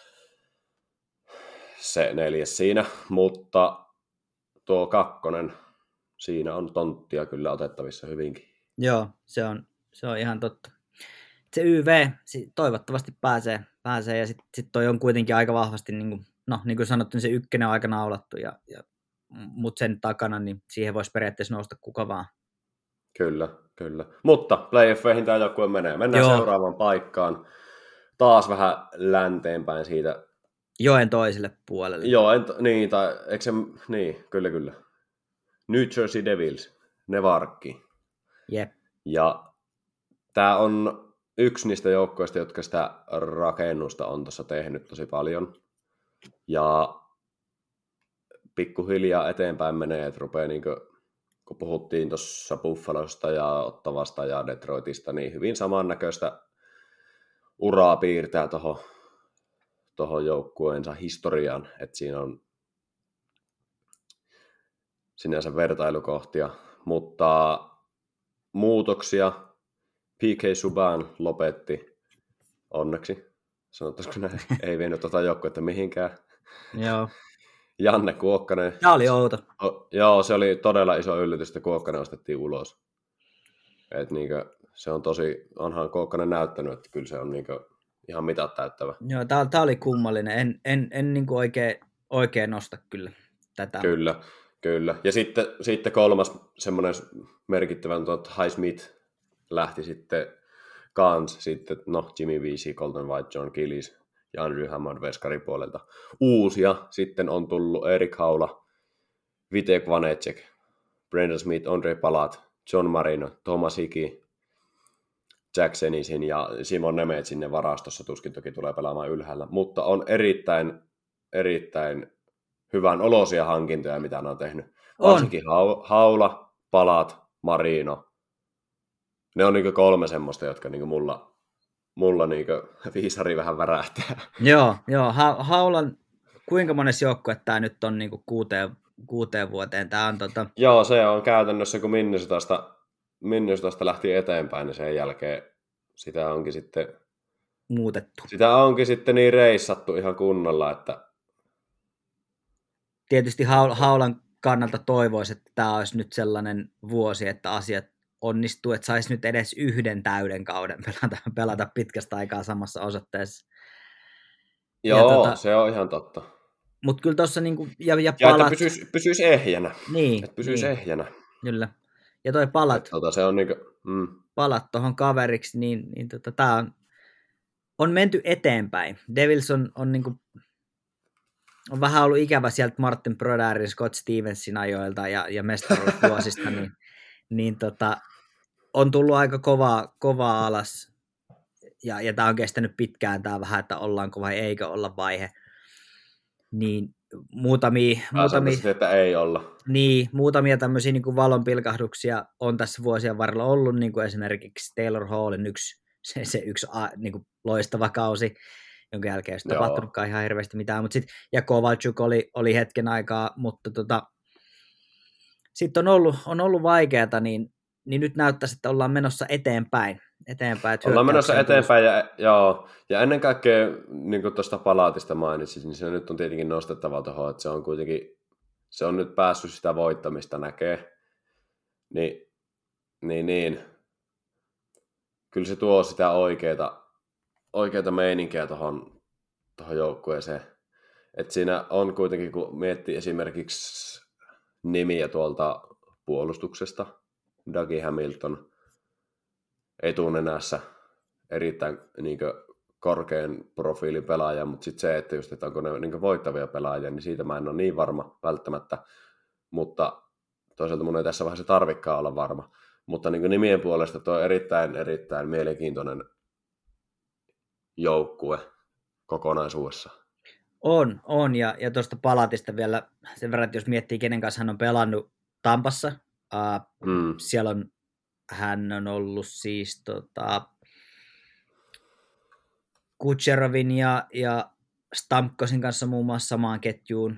se 4 siinä, mutta tuo 2, siinä on tonttia kyllä otettavissa hyvinkin. Joo, se on ihan totta. Se YV toivottavasti pääsee ja sitten toi on kuitenkin aika vahvasti, niin kuin sanottu, niin se 1 on aika naulattu, mutta sen takana niin siihen voisi periaatteessa nousta kuka vaan. Kyllä. Mutta playoffeihin tämä joukkue menee. Mennään seuraavaan paikkaan. Taas vähän länteenpäin siitä. Joen toiselle puolelle. Niin, kyllä. New Jersey Devils, Nevarkki. Jep. Ja tämä on yksi niistä joukkoista, jotka sitä rakennusta on tuossa tehnyt tosi paljon. Ja pikkuhiljaa eteenpäin menee, että rupeaa kun puhuttiin tuossa Buffalosta ja Ottavasta ja Detroitista, niin hyvin samannäköistä uraa piirtää tuohon joukkueensa historiaan, että siinä on sinänsä vertailukohtia, mutta muutoksia P.K. Subban lopetti onneksi. Sanottaisiko näin, ei vienyt tuota joukkuetta mihinkään. Joo. Janne Kuokkanen. Tämä oli outo. Joo, se oli todella iso yllätys, että Kuokkanen ostettiin ulos. Se on onhan Kuokkanen näyttänyt, että kyllä se on ihan mitat täyttävä. Joo, tämä oli kummallinen. En oikein nosta kyllä tätä. Kyllä. Ja sitten 3. semmoinen merkittävä, Highsmith lähti sitten kans, sitten Jimmy Vesey, Colton White, John Gillis ja Andrew Hammond veskarin puolelta. Uusia sitten on tullut Erik Haula, Vitek Vanecek, Brendan Smith, Andre Palat, John Marino, Thomas Hickey, Jack Senisin ja Simon Nemeth sinne varastossa tuskin toki tulee pelaamaan ylhäällä, mutta on erittäin hyvän olosia hankintoja, mitä ne on tehnyt. Varsinkin Haula, Palat, Marino. Ne on 3 semmoista, jotka mulla viisari vähän värähtää. Joo, Haulan, kuinka monessa joukkue tämä nyt on 6 vuoteen? Tämä on Joo, se on käytännössä, kun Minnesotasta lähti eteenpäin, niin sen jälkeen sitä onkin sitten muutettu. Sitä onkin sitten niin reissattu ihan kunnolla, että tietysti Haulan kannalta toivoisi, että tämä olisi nyt sellainen vuosi, että asiat onnistuu, että saisi nyt edes 1 täyden kauden pelata pitkästä aikaa samassa osoitteessa. Joo, se on ihan totta. Mutta kyllä tuossa ja Palat... että pysyisi ehjänä. Niin. Että pysyisi ehjänä. Kyllä. Ja toi Palat. Se on Palat tuohon kaveriksi, niin tää on menty eteenpäin. Devils on vähän ollut ikävä sieltä Martin Brodeurin, Scott Stevensin ajoilta ja mestaruusvuosista, niin on tullut aika kovaa alas. Ja tämä on kestänyt pitkään tämä vähän, että ollaanko vai eikö olla vaihe. Niin muutamia että ei olla. Niin, muutamia tämmöisiä valonpilkahduksia on tässä vuosien varrella ollut, niin kuin esimerkiksi Taylor Hallin yksi loistava kausi, jonka jälkeen ei tapahtunutkaan ihan hirveästi mitään, mutta ja Kovalchuk oli hetken aikaa, mutta sitten on ollut vaikeata, niin nyt näyttäisi, että ollaan menossa eteenpäin. Ollaan menossa eteenpäin, ja ennen kaikkea, niin kuin tuosta Palatista mainitsin, niin se nyt on tietenkin nostettava tuohon, että se on nyt päässyt sitä voittamista näkee, niin kyllä se tuo sitä oikeata meininkiä tuohon joukkueeseen. Että siinä on kuitenkin, kun miettii esimerkiksi nimiä tuolta puolustuksesta, Dougie Hamilton etunenässä, erittäin korkean profiilin pelaaja, mutta sitten se, että just, että onko ne voittavia pelaajia, niin siitä mä en ole niin varma välttämättä, mutta toisaalta mun ei tässä vaiheessa tarvikaan olla varma. Mutta nimien puolesta tuo on erittäin mielenkiintoinen joukkue kokonaisuudessa. On ja tuosta Palatista vielä sen verran, että jos miettii, kenen kanssa hän on pelannut Tampassa, siellä hän on ollut siis Kucherovin ja Stamkosin kanssa muun muassa samaan ketjuun,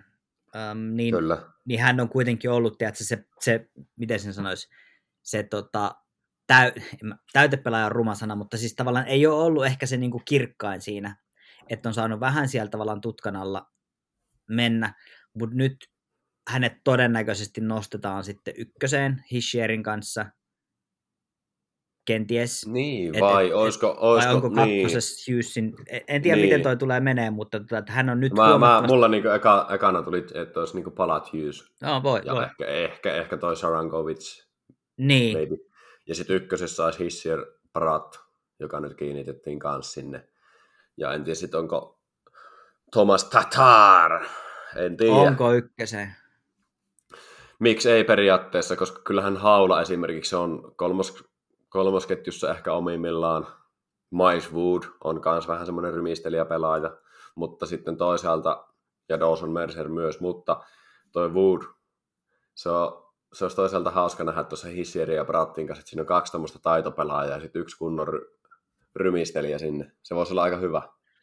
niin hän on kuitenkin ollut, tiedätkö, se miten sen sanoisi, se täytepelaaja on ruma sana, mutta siis tavallaan ei ole ollut ehkä se niinku kirkkain siinä, että on saanut vähän siellä tavallaan tutkan alla mennä, mutta nyt hänet todennäköisesti nostetaan sitten ykköseen Hishierin kanssa, kenties. Niin, vai onko niin. Kakkosessa Hughesin, en tiedä niin. Miten toi tulee menee, mutta että hän on nyt mulla niinku ekana tuli, että olisi niinku palat Hughes. No, voi. Ehkä toi Sarankovic. Niin. Maybe. Ja sitten ykkösessä olisi Hischier Pratt, joka nyt kiinnitettiin kanssa sinne. Ja en tiedä sitten onko Thomas Tatar. En tiedä. Onko ykköseen? Miksi ei periaatteessa, koska kyllähän Haula esimerkiksi on kolmosketjussa ehkä omimmillaan. Miles Wood on myös vähän semmoinen rymistelijäpelaaja, mutta sitten toisaalta, ja Dawson Mercer myös, mutta toi Wood, se olisi toisaalta hauska nähdä tuossa Hissierin ja Brattin kanssa, että siinä on 2 tämmöistä taitopelaajaa ja sitten 1 kunnon rymistelijä sinne. Se voisi olla aika hyvä.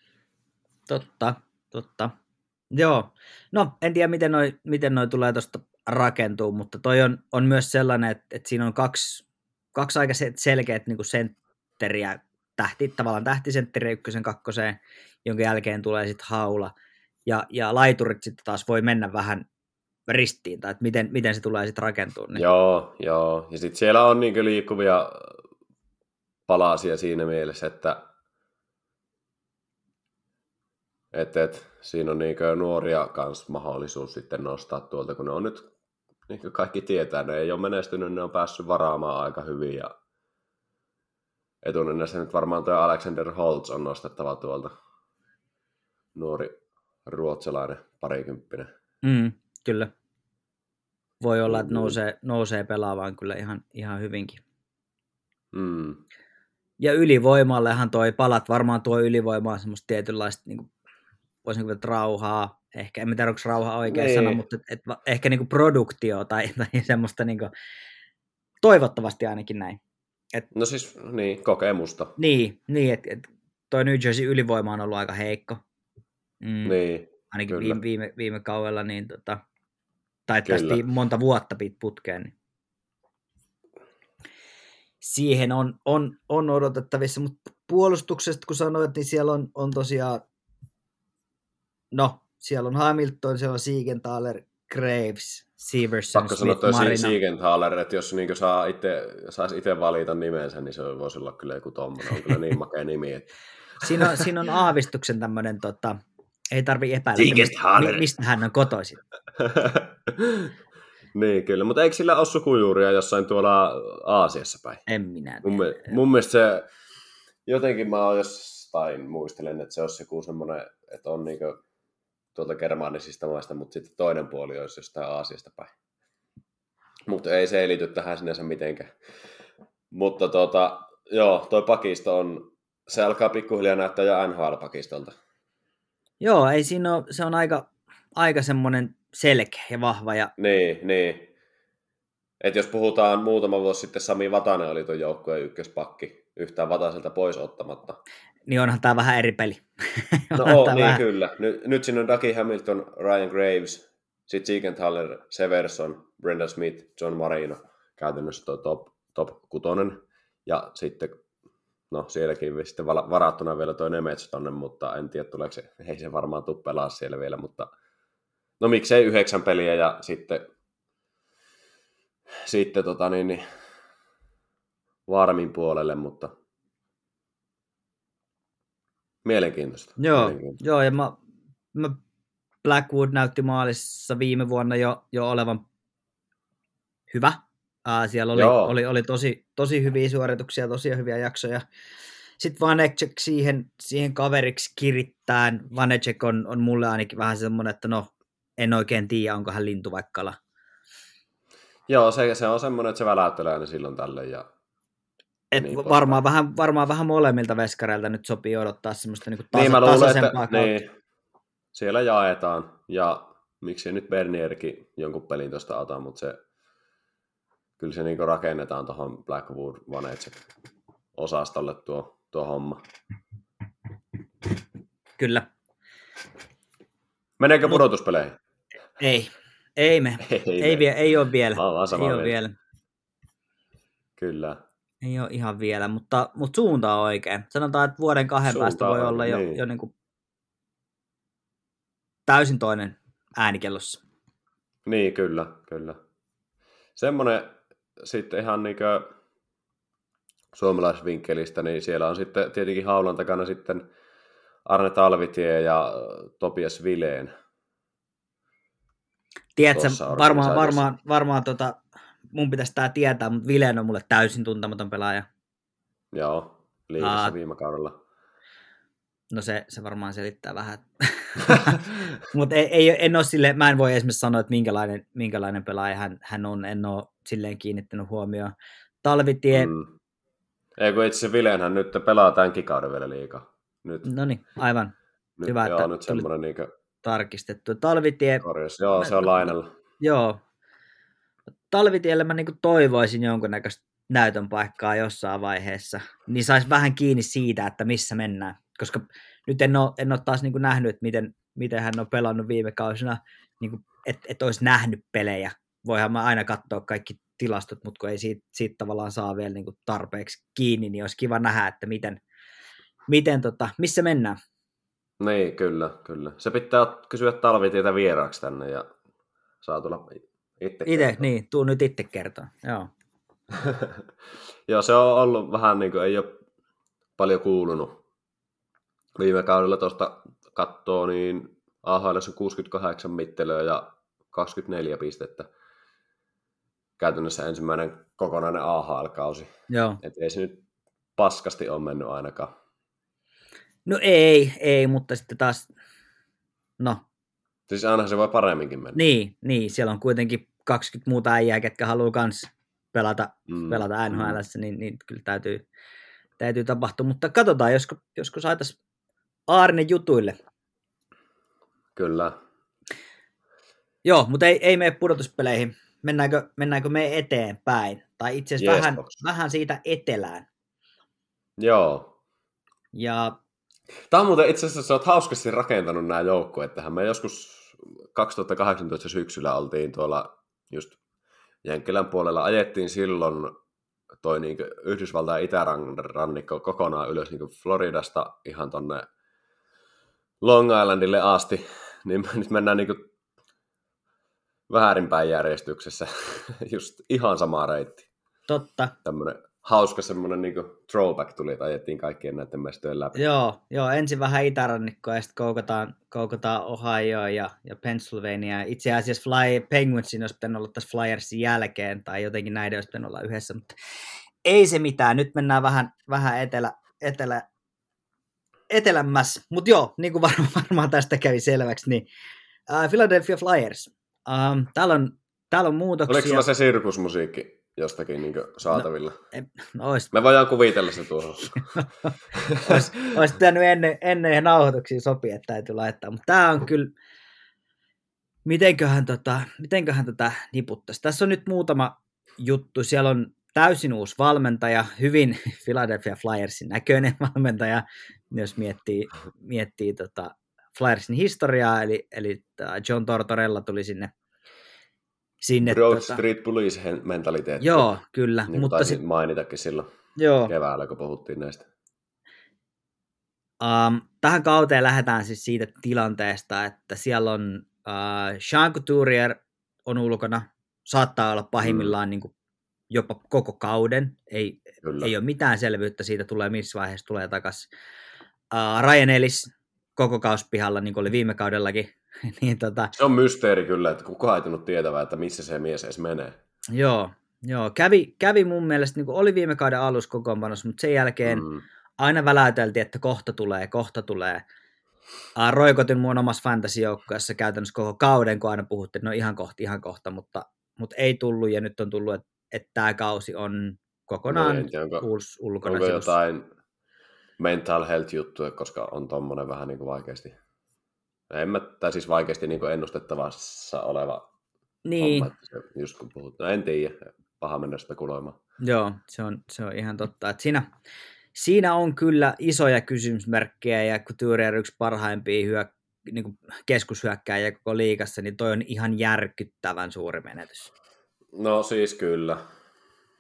Totta. Joo. No, en tiedä miten noi tulee tuosta rakentuu, mutta toi on myös sellainen, että siinä on kaksi aika selkeät niin kuin sentteriä, tavallaan tähtisentteriä 1, 2, jonka jälkeen tulee sitten Haula. Ja laiturit sitten taas voi mennä vähän ristiin, tai että miten se tulee sitten rakentua. Niin. Joo. Ja sitten siellä on niin liikkuvia palasia siinä mielessä, että siinä on niin nuoria kanssa mahdollisuus sitten nostaa tuolta, kun ne on nyt, niin kuin kaikki tietää, ne ei ole menestynyt, ne on päässyt varaamaan aika hyvin, ja etunenässä nyt varmaan tuo Alexander Holtz on nostettava tuolta, nuori ruotsalainen parikymppinen. Kyllä. Voi olla, että nousee pelaavaan kyllä ihan hyvinkin. Ja ylivoimallehan toi palat, varmaan tuo ylivoima on semmoista tietynlaista, niin kuin, voisin kuvata rauhaa, ehkä, en tiedä onko rauha oikea sana, mutta ehkä niin kuin produktio tai semmoista, niin kuin, toivottavasti ainakin näin. No siis, niin, kokemusta. Niin että toi New Jersey ylivoima on ollut aika heikko. Niin, ainakin viime kaudella, niin tai tästä monta vuotta putkeen. Niin. Siihen on odotettavissa, mutta puolustuksesta kun sanoit, niin siellä on tosiaan, siellä on Hamilton, siellä on Siegenthaler, Graves, Severson, Pakko sanoa toi Siegenthaler, että jos niin saisi itse valita nimensä, niin se voisi olla kyllä joku tommoinen, on kyllä niin makea nimi. Että... Siinä on aavistuksen tämmöinen, ei tarvitse epäillä, mistä hän on kotoisin. Niin, kyllä. Mutta eikö sillä ole sukujuuria jossain tuolla Aasiassa päin? En minä tiedä. Mun mielestä se, jotenkin mä jostain muistelen, että se olisi joku semmoinen, että on niinku tuolta germaanisista maista, mutta sitten toinen puoli olisi jostain Aasiasta päin. Mutta ei se liity tähän sinänsä mitenkään. Mutta joo, toi pakisto on, se alkaa pikkuhiljaa näyttää jo NHL-pakistolta. Joo, ei siinä ole, se on aika semmoinen selkeä ja vahva. Ja... Niin. Et jos puhutaan muutama vuosi sitten, Sami Vatanen oli tuon joukkueen ykköspakki, yhtään Vataselta pois ottamatta. Niin onhan tämä vähän eri peli. Niin vähän... kyllä. Nyt siinä on Dougie Hamilton, Ryan Graves, sitten Siegenthaler, Severson, Brendan Smith, John Marino, käytännössä tuo top 6. Ja sitten, sielläkin sitten varattuna vielä tuo Nemets tonne, mutta en tiedä tuleeko se, ei se varmaan tule pelaa siellä vielä, mutta miksei 9 peliä ja sitten varmin puolelle, mutta mielenkiintoista. Joo, ja mä Blackwood näytti maalissa viime vuonna jo olevan hyvä. Siellä oli tosi hyviä suorituksia, tosi hyviä jaksoja. Sitten Vanecek siihen kaveriksi kirittään. Vanecek on mulle ainakin vähän semmoinen, että en oikein tiedä, onko hän lintu vaikkala. Joo, se on semmoinen, että se väläyttelee aina silloin tälle. Ja niin varmaan vähän molemmilta veskareilta nyt sopii odottaa semmoista niinku tasaisempaa kautta. Niin, siellä jaetaan. Ja miksi nyt Bernierkin jonkun pelin tuosta ota, mutta kyllä se niinku rakennetaan tuohon Blackwood Vanecek osastolle tuo homma. Kyllä. Meneekö pudotuspeleihin? Ei me. Ei ole vielä. Ei ole vielä. Kyllä. Ei ole ihan vielä, mutta suunta on oikein. Sanotaan, että vuoden kahden päästä voi olla jo niin kuin täysin toinen äänikellossa. Niin, kyllä. Semmoinen sitten ihan niin kuin suomalaisvinkkelistä, niin siellä on sitten tietenkin haulan takana sitten Arne Talvitie ja Topias Vileen. Tiedätkö, varmaan mun pitäisi tää tietää, mutta Vileen on mulle täysin tuntematon pelaaja. Joo, liigassa viime kaudella. No se varmaan selittää vähän. Mutta en ole silleen, mä en voi esimerkiksi sanoa, että minkälainen pelaaja hän on, en ole silleen kiinnittänyt huomioon. Talvitie. Ei kun itse Vileenhän nyt pelaa tämänkin kauden vielä liigaa. No niin, aivan. Nyt, hyvä, joo, että nyt semmoinen niinkö tarkistettu. Talvitie. Korjas. Joo, se on lainalla. Joo. Talvitielle mä niinku toivoisin jonkunnäköistä näytön paikkaa jossain vaiheessa, niin saisi vähän kiinni siitä, että missä mennään. Koska nyt en ole taas niinku nähnyt, että miten hän on pelannut viime kausina, niinku, että olisi nähnyt pelejä. Voihan mä aina katsoa kaikki tilastot, mutta kun ei siitä tavallaan saa vielä niinku tarpeeksi kiinni, niin olisi kiva nähdä, että missä mennään. Niin, kyllä. Se pitää kysyä Talvitietä vieraaksi tänne ja saa tulla itse kertoa. Niin, tuu nyt itse kertoa, joo. Joo, se on ollut vähän niin kuin ei ole paljon kuulunut. Viime kaudella tuosta katsoo, niin AHL on 68 mittelöä ja 24 pistettä. Käytännössä ensimmäinen kokonainen AHL-kausi. Joo. Et ei se nyt paskasti ole mennyt ainakaan. No ei, mutta sitten taas, no. Siis ainahan se voi paremminkin mennä. Niin, siellä on kuitenkin 20 muuta äijää, ketkä haluaa kans pelata NHL:ssä, niin kyllä täytyy tapahtua. Mutta katsotaan, josko saataisiin Aarne jutuille. Kyllä. Joo, mutta ei mene pudotuspeleihin. Mennäänkö me eteenpäin? Tai itse asiassa vähän siitä etelään. Joo. Ja tämä on muuten itse asiassa, sä oot hauskasti rakentanut nämä joukkueet tähän. Me joskus 2018 syksyllä oltiin tuolla just Jenkkilän puolella. Ajettiin silloin toi niinku Yhdysvaltain itärannikko kokonaan ylös niinku Floridasta ihan tonne Long Islandille asti. Niin nyt mennään niinku väärinpäin järjestyksessä. Just ihan sama reitti. Totta. Tämmönen hauska semmoinen niinku throwback tuli, että ajettiin kaikkien näiden mestojen läpi. Joo, ensin vähän itärannikkoa ja sitten koukataan Ohio ja Pennsylvania. Itse asiassa Penguinsin olisi pitänyt olla tässä Flyersin jälkeen, tai jotenkin näiden olisi pitänyt olla yhdessä, mutta ei se mitään. Nyt mennään vähän etelämmässä. Mutta joo, niin kuin varmaan tästä kävi selväksi, niin Philadelphia Flyers. Täällä on muutoksia. Oliko sulla se sirkusmusiikki jostakin niin saatavilla? No, me voidaan kuvitella se tuohon. Olisi pitänyt ennen nauhoituksia sopia, että täytyy laittaa. Mutta tämä on kyllä, mitenköhän tätä niputtaisi. Tässä on nyt muutama juttu. Siellä on täysin uusi valmentaja, hyvin Philadelphia Flyersin näköinen valmentaja, jos miettii Flyersin historiaa, eli John Tortorella tuli sinne Broad Street Police-mentaliteetti. Joo, kyllä. Niin mutta taisin mainitakin silloin keväällä, kun puhuttiin näistä. Tähän kauteen lähdetään siis siitä tilanteesta, että siellä on Sean Couturier on ulkona, saattaa olla pahimmillaan niin kuin jopa koko kauden. Ei ole mitään selvyyttä siitä, tulee missä vaiheessa tulee takaisin. Ryan Ellis koko kaus pihalla, niin kuin oli viime kaudellakin. Niin, se on mysteeri kyllä, että kukaan ei tullut tietävää, että missä se mies edes menee. Joo, kävi mun mielestä, niin kuin oli viime kauden alussa kokoonpanossa, mutta sen jälkeen aina väläyteltiin, että kohta tulee. Roikotin mun omassa fantasy-joukkueessa käytännössä koko kauden, kun aina puhuttiin, että no ihan kohta, mutta ei tullut, ja nyt on tullut, että tämä kausi on kokonaan ulkona. Onko jotain mental health juttuja, koska on tommonen vähän niin kuin vaikeasti, siis vaikeasti niin kuin ennustettavassa oleva homma, että se just kun puhutaan, en tiedä, paha mennä sitä kuloimaan. Joo, se on ihan totta, että siinä on kyllä isoja kysymysmerkkejä, ja Couturier yksi parhaimpia niin kuin keskushyökkääjiä koko liigassa, niin toi on ihan järkyttävän suuri menetys. No siis kyllä.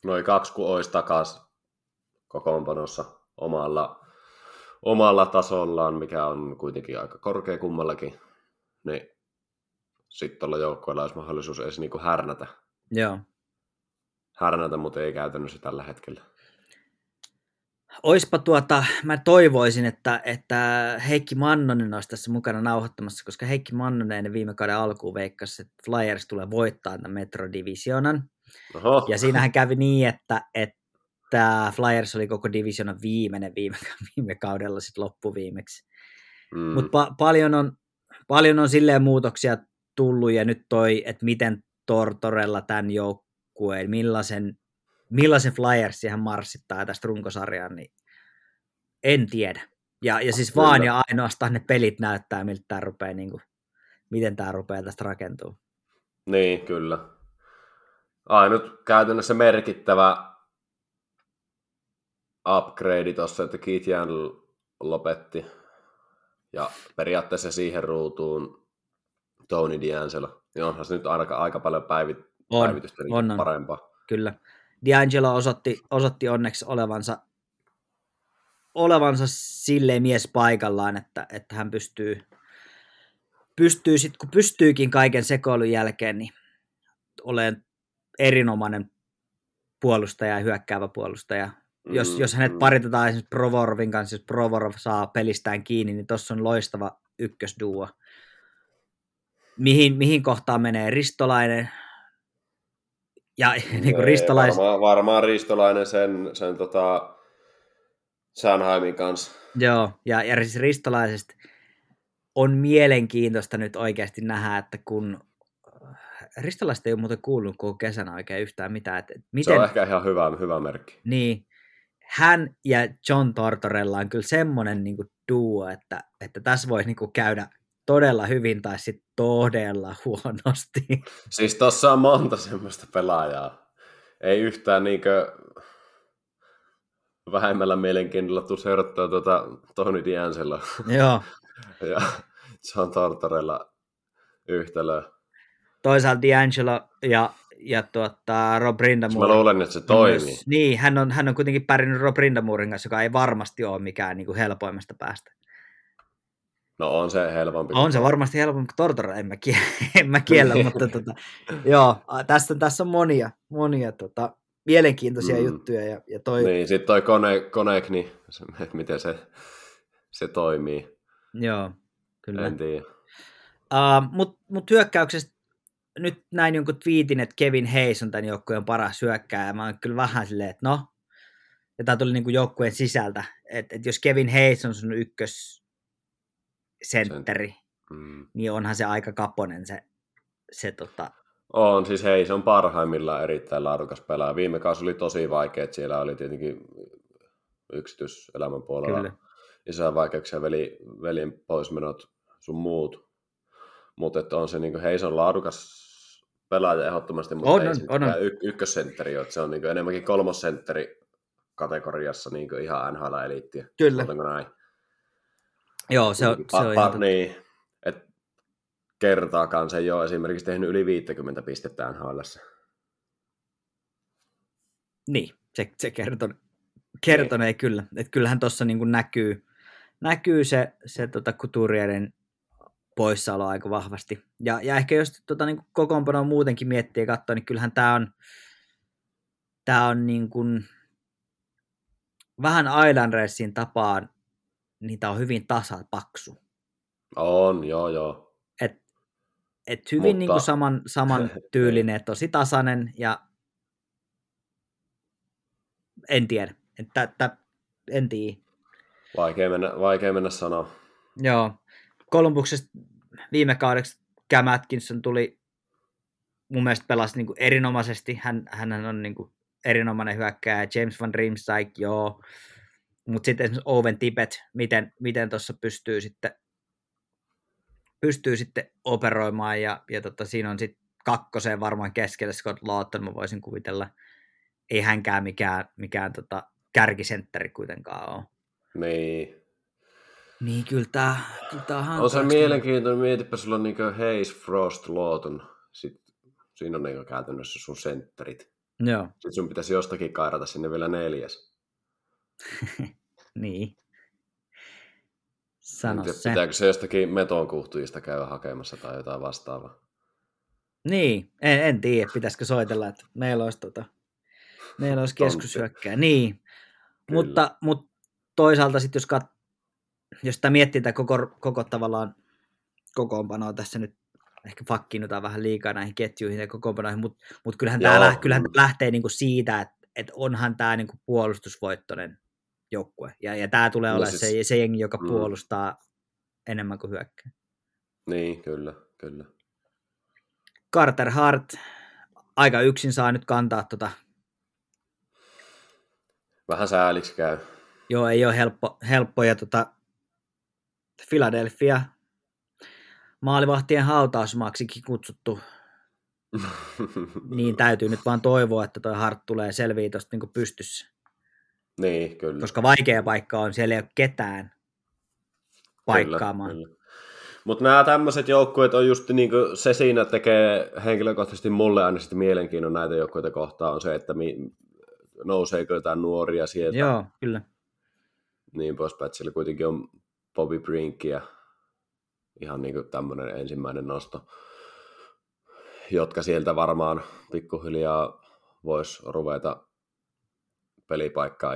Noin 2 kun olisi takas kokoonpanossa omalla tasollaan, mikä on kuitenkin aika korkea kummallakin, niin sitten tuolla joukkueella olisi mahdollisuus edes niinku härnätä. Joo. Härnätä, mutta ei käytännössä tällä hetkellä. Oispa mä toivoisin, että Heikki Mannonen olisi tässä mukana nauhoittamassa, koska Heikki Mannonen viime kauden alkuun veikkasi, että Flyers tulee voittaa tämän Metro-divisionan. Oho. Ja siinähän kävi niin, että Flyers oli koko divisionan viimeinen viime kaudella sit loppuviimeksi. Mutta paljon on silleen muutoksia tullut, ja nyt että miten Tortorella tämän joukkueen, millaisen Flyers hän marssittaa tästä runkosarjaan, niin en tiedä. Ja siis Kyllä. vaan ja ainoastaan ne pelit näyttää, miltä tämä rupeaa, niin kuin, miten tämä rupeaa tästä rakentuu. Niin, kyllä. Ainut käytännössä merkittävä upgrade tuossa, että Keith Yandle lopetti. Ja periaatteessa siihen ruutuun Tony DeAngelo. Niin onhan se nyt aika paljon päivitystä on. parempaa. Kyllä. DeAngelo osoitti onneksi olevansa silleen mies paikallaan, että hän pystyy sitten, kun pystyykin kaiken sekoilun jälkeen, niin olemaan erinomainen puolustaja ja hyökkäävä puolustaja. Jos hänet paritetaan esimerkiksi Provorovin kanssa, jos Provorov saa pelistään kiinni, niin tuossa on loistava ykkösduo. Mihin kohtaan menee Ristolainen? Ja niin kuin varmaan Ristolainen sen Sanheimin kanssa. Joo, ja siis Ristolaisesta on mielenkiintoista nyt oikeasti nähdä, että kun Ristolaista ei ole muuten kuullut koko kesänä oikein yhtään mitään. Että miten, se on ehkä ihan hyvä merkki. Niin, hän ja John Tortorella on kyllä semmoinen niin kuin duo, että tässä voi niin kuin käydä todella hyvin tai sitten todella huonosti. Siis tossa on monta semmoista pelaajaa. Ei yhtään niinkö vähemmällä mielenkiinnolla tuu seurattua Tony DeAngelo. Joo. Ja John Tortorella yhtälö. Toisaalta DeAngelo ja Rob Brindamore. Mä luulen, että se toimii. Myös, niin, hän on kuitenkin pärjännyt Rob Brindamoren kanssa, joka ei varmasti ole mikään niin kuin helpoimmasta päästä. No on se helpompi. On se varmasti helpompi kuin Tortora, en mä kiellä, mutta joo, tässä on monia mielenkiintoisia juttuja. Ja toi... Niin, sitten toi Konek, niin miten se toimii. Joo, kyllä. En tiedä. Mut hyökkäyksestä nyt näin jonkun twiitin, että Kevin Hayes on tämän joukkueen paras hyökkääjä, ja mä oon kyllä vähän silleen, että no, ja tää tuli niinku joukkueen sisältä, että jos Kevin Hayes on sun ykkössentteri, niin onhan se aika kaponen se On, siis Hayes on parhaimmillaan erittäin laadukas pelaaja. Viime kausi oli tosi vaikea, että siellä oli tietenkin yksityiselämän puolella kyllä isoja vaikeuksia, veljen poismenot sun muut. Mutta on se niin Hayes on laadukas pelaaja ehdottomasti, mutta ei se ykkössentteri ole. Se on niin enemmänkin kolmosentteri kategoriassa niin ihan NHL-eliittiä. Kyllä. Näin? Joo, se on ihan niin, että kertaakaan se ei ole esimerkiksi tehnyt yli 50 pistettä NHL:ssä. Niin, se kertonee kyllä. Että kyllähän tuossa niin näkyy se Couturierin poissaolo aika vahvasti. Ja ehkä jos niin kokoonpanoa muutenkin miettii ja katsoo, niin kyllähän tämä on niin kuin vähän Islandersin tapaan, niin tämä on hyvin tasapaksu. On, joo. Et hyvin niin kuin saman tyylinen, tosi tasainen ja en tiedä. En tiedä. Vaikea mennä sanoa. Joo. Columbuksesta viime kaudeksi Cam Atkinson tuli, mun mielestä pelasi niin kuin erinomaisesti. Hän on niin kuin erinomainen hyökkääjä. James Van Riemsdyk, joo. Mutta sitten esimerkiksi Owen Tippett, miten tuossa pystyy sitten operoimaan. Ja siinä on sitten kakkoseen varmaan keskellä Scott Laughton, mä voisin kuvitella. Ei hänkään mikään kärkisentteri kuitenkaan ole. Niin, kyllä tää on hankala. On se mielenkiintoinen, mietipä sulla on niinku Hayes, Frost, Laughton, siinä on niinku käytännössä sun sentterit. Joo, Sitten sun pitäisi jostakin kairata sinne vielä 4. niin. En Sano tiedä, se. pitääkö se jostakin metonkuhtuista käydä hakemassa tai jotain vastaavaa. Niin, en tiedä, pitäisikö soitella, että meillä olisi keskushyökkääjä. Niin, mutta toisaalta sitten jos sitä miettii tätä koko tavallaan kokoonpanoa tässä nyt, ehkä fakkiinnutaan vähän liikaa näihin ketjuihin ja kokoonpanoihin, mutta kyllähän tämä lähtee niinku siitä, että onhan tämä niinku puolustusvoittoinen joukkue. Ja tämä tulee olemaan siis, se jengi, joka puolustaa enemmän kuin hyökkää. Niin, kyllä. Carter Hart aika yksin saa nyt kantaa Vähän sääliksi käy. Joo, ei ole helppo ja Philadelphia maalivahtien hautausmaaksikin kutsuttu, niin täytyy nyt vaan toivoa, että toi Hart tulee selviä tuosta niinku pystyssä. Niin, kyllä. Koska vaikea paikka on, siellä ei ole ketään paikkaamaan. Kyllä. Mutta nämä tämmöiset joukkueet on just niinku, se siinä tekee henkilökohtaisesti mulle aina sitten mielenkiinnon näitä joukkueita kohtaan on se, että nouseeko jotain nuoria sieltä. Joo, kyllä. Niin poispäin, että siellä kuitenkin on Bobby Brink ja ihan niinku tämmöinen ensimmäinen nosto, jotka sieltä varmaan pikkuhiljaa vois ruveta pelipaikkaa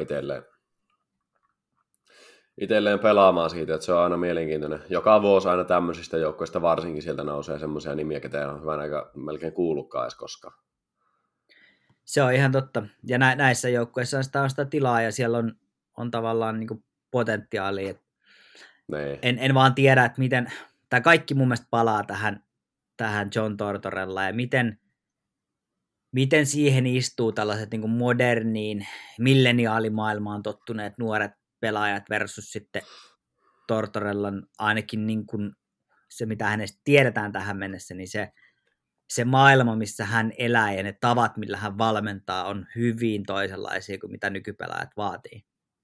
itselleen pelaamaan siitä, että se on aina mielenkiintoinen. Joka vuosi aina tämmöisistä joukkoista varsinkin sieltä nousee semmoisia nimiä, ketä ei ole hyvän aika melkein kuullutkaan edes koskaan. Se on ihan totta. Ja näissä joukkoissa on sitä tilaa ja siellä on tavallaan niin kuin potentiaalia. En vaan tiedä, että miten, tämä kaikki mun mielestä palaa tähän John Tortorella ja miten siihen istuu tällaiset niin kuin moderniin milleniaalimaailmaan tottuneet nuoret pelaajat versus sitten Tortorellan ainakin niin kuin se, mitä hänestä tiedetään tähän mennessä, niin se maailma, missä hän elää ja ne tavat, millä hän valmentaa, on hyvin toisenlaisia kuin mitä nykypelaajat vaatii.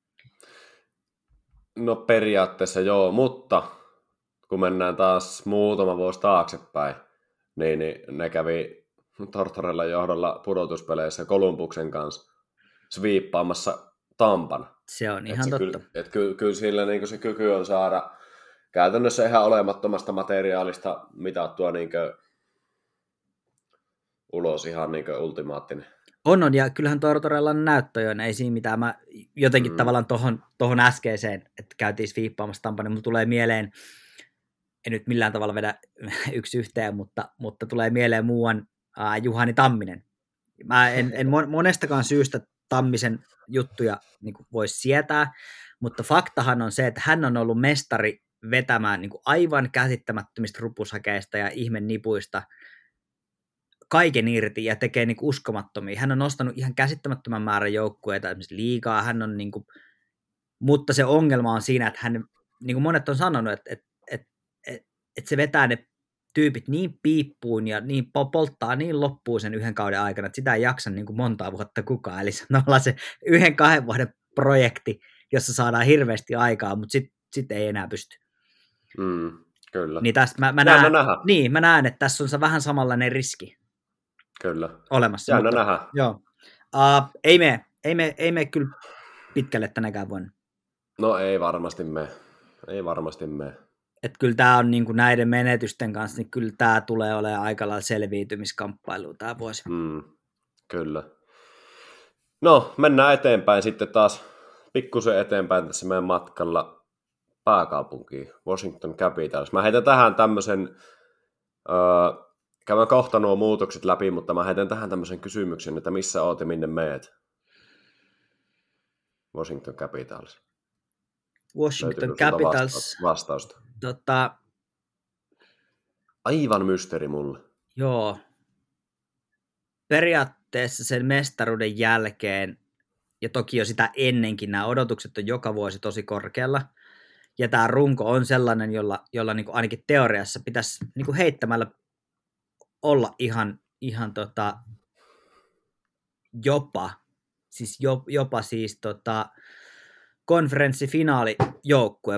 No periaatteessa joo, mutta kun mennään taas muutama vuosi taaksepäin, niin ne kävi Tortorellan johdolla pudotuspeleissä Columbuksen kanssa sviippaamassa Tampan. Se on ihan totta. Kyllä sillä niin se kyky on saada käytännössä ihan olemattomasta materiaalista mitattua niin ulos ihan niin ultimaattinen. On, ja kyllähän Tortorellan näyttö on, ei siinä mitään. Mä jotenkin tavallaan tohon äskeiseen, että käytiin sviippaamassa Tampan, niin mulla tulee mieleen, en nyt millään tavalla vedä yksi yhteen, mutta tulee mieleen muuan Juhani Tamminen. Mä en monestakaan syystä Tammisen juttuja niin voisi sietää, mutta faktahan on se, että hän on ollut mestari vetämään niin aivan käsittämättömistä rupushakeista ja ihmenipuista kaiken irti ja tekee niin uskomattomia. Hän on nostanut ihan käsittämättömän määrän joukkueita, esimerkiksi liigaa, hän on niin kuin, mutta se ongelma on siinä, että hän, niin kuin monet on sanonut, että se vetää ne tyypit niin piippuun ja niin polttaa niin loppuun sen yhden kauden aikana, että sitä ei jaksa niin kuin montaa vuotta kukaan. Eli se on se 1-2 vuoden projekti, jossa saadaan hirveästi aikaa, mutta sitten ei enää pysty. Kyllä. Niin tästä mä näen, että tässä on se vähän samanlainen riski. Kyllä. Olemassa. Jännä nähdä. Joo. Ei mene kyllä pitkälle tänäkään vuonna. No ei varmasti mene. Että kyllä tämä on niin kuin näiden menetysten kanssa, niin kyllä tämä tulee olemaan aika lailla selviytymiskamppailu tämä vuosi. Kyllä. No, mennään eteenpäin sitten taas pikkusen eteenpäin tässä meidän matkalla pääkaupunkiin, Washington Capitals. Mä heitän tähän tämmöisen, käydään kohta nuo muutokset läpi, mutta mä heitän tähän tämmöisen kysymyksen, että missä oot ja minne meet? Washington Capitals. Washington Capitals. Vastausta. Aivan mysteeri mulle. Joo. Periaatteessa sen mestaruuden jälkeen, ja toki jo sitä ennenkin, nämä odotukset on joka vuosi tosi korkealla. Ja tämä runko on sellainen, jolla niin kuin ainakin teoriassa pitäisi niin kuin heittämällä olla ihan jopa konferenssifinaalijoukkue,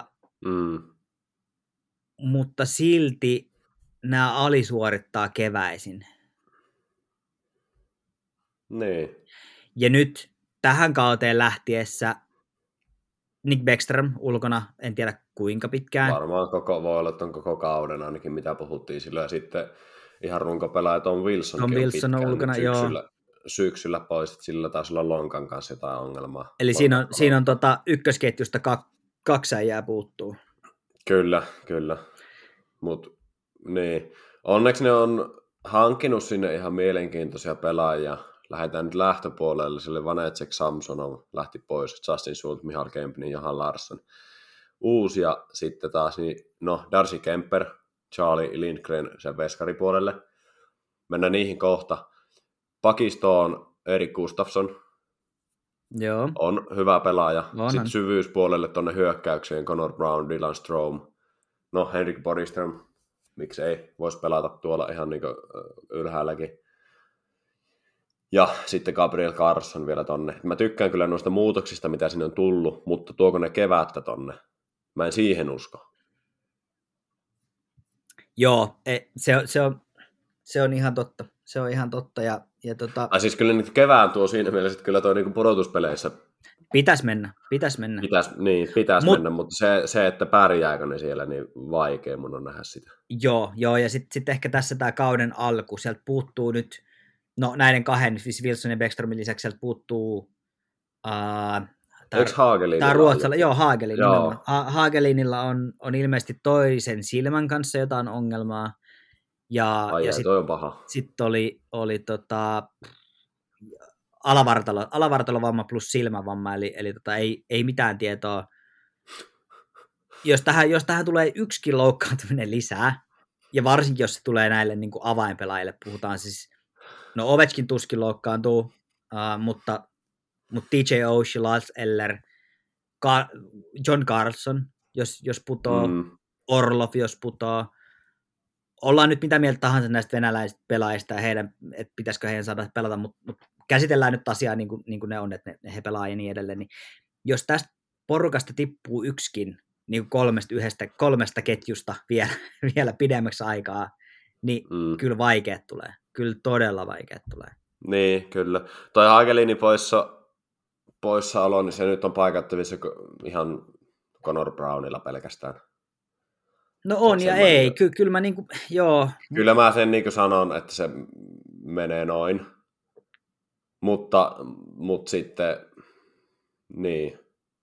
mutta silti nämä alisuorittaa keväisin. Niin. Ja nyt tähän kauteen lähtiessä Nick Backstrom ulkona, en tiedä kuinka pitkään. Varmaan voi olla, että on koko kauden ainakin, mitä puhuttiin silloin. Ja sitten ihan runkopelaaja Tom Wilsonkin on pitkään ulkona, syksyllä pois, että sillä taisi olla lonkan kanssa jotain ongelmaa. Eli siinä on ykkösketjusta kaksi äijää puuttuu. Kyllä. Mut niin. Onneksi ne on hankkinut sinne ihan mielenkiintoisia pelaajia. Lähdetään nyt lähtöpuolelle, sille Vanecek Samsonov lähti pois, Justin Schultz, Michael Kempnin, Johan Larsson. Uusi ja sitten taas Darcy Kemper, Charlie Lindgren sen veskaripuolelle. Mennään niihin kohta. Pakistoon Erik Gustafsson. Joo. On hyvä pelaaja. Onhan. Sitten syvyyspuolelle tuonne hyökkäykseen Connor Brown, Dylan Strome. Henrik Borgström, miksei, voisi pelata tuolla ihan niin kuin ylhäälläkin. Ja sitten Gabriel Carlson vielä tonne. Mä tykkään kyllä noista muutoksista, mitä sinne on tullut, mutta tuoko ne kevättä tonne? Mä en siihen usko. Joo, se on ihan totta. Se on ihan totta. Siis kyllä nyt kevään tuo siinä mielessä, että kyllä toi niinku pudotuspeleissä pitäisi mennä. Pitäisi mennä, mutta se, että pärjääkö ne siellä, niin vaikea mun on nähdä sitä. Joo, ja sitten ehkä tässä tämä kauden alku, sieltä puuttuu nyt, näiden kahden, siis Wilson ja Beckstromin lisäksi sieltä puuttuu eikö Hagelinilla? Tämä Ruotsalla, joo, Hagelin. Hagelinilla on ilmeisesti toisen silmän kanssa jotain ongelmaa. Ja toi on paha. Sitten oli alavartalovamma plus silmävamma, eli ei mitään tietoa. Jos tähän tulee yksikin loukkaantuminen lisää, ja varsinkin jos se tulee näille niin kuin avainpelaajille, puhutaan siis, Ovechkin tuskin loukkaantuu, mutta TJ Oshie, Lars Eller, John Carlson, jos putoo, Orlov, jos putoo, ollaan nyt mitä mieltä tahansa näistä venäläisistä pelaajista ja että pitäisikö heidän saada pelata, mutta käsitellään nyt asiaa niin kuin ne on, että he pelaa ja niin edelleen. Niin jos tästä porukasta tippuu yksikin niin kolmesta ketjusta vielä pidemmäksi aikaa, niin kyllä vaikeat tulee. Kyllä todella vaikeat tulee. Niin, kyllä. Toi Hagelinin poissaolo, niin se nyt on paikattavissa ihan Connor Brownilla pelkästään. No on ja ei, kyllä mä niinku, joo. Kyllä mä sen niinku sanon, että se menee noin, mutta sitten, niin,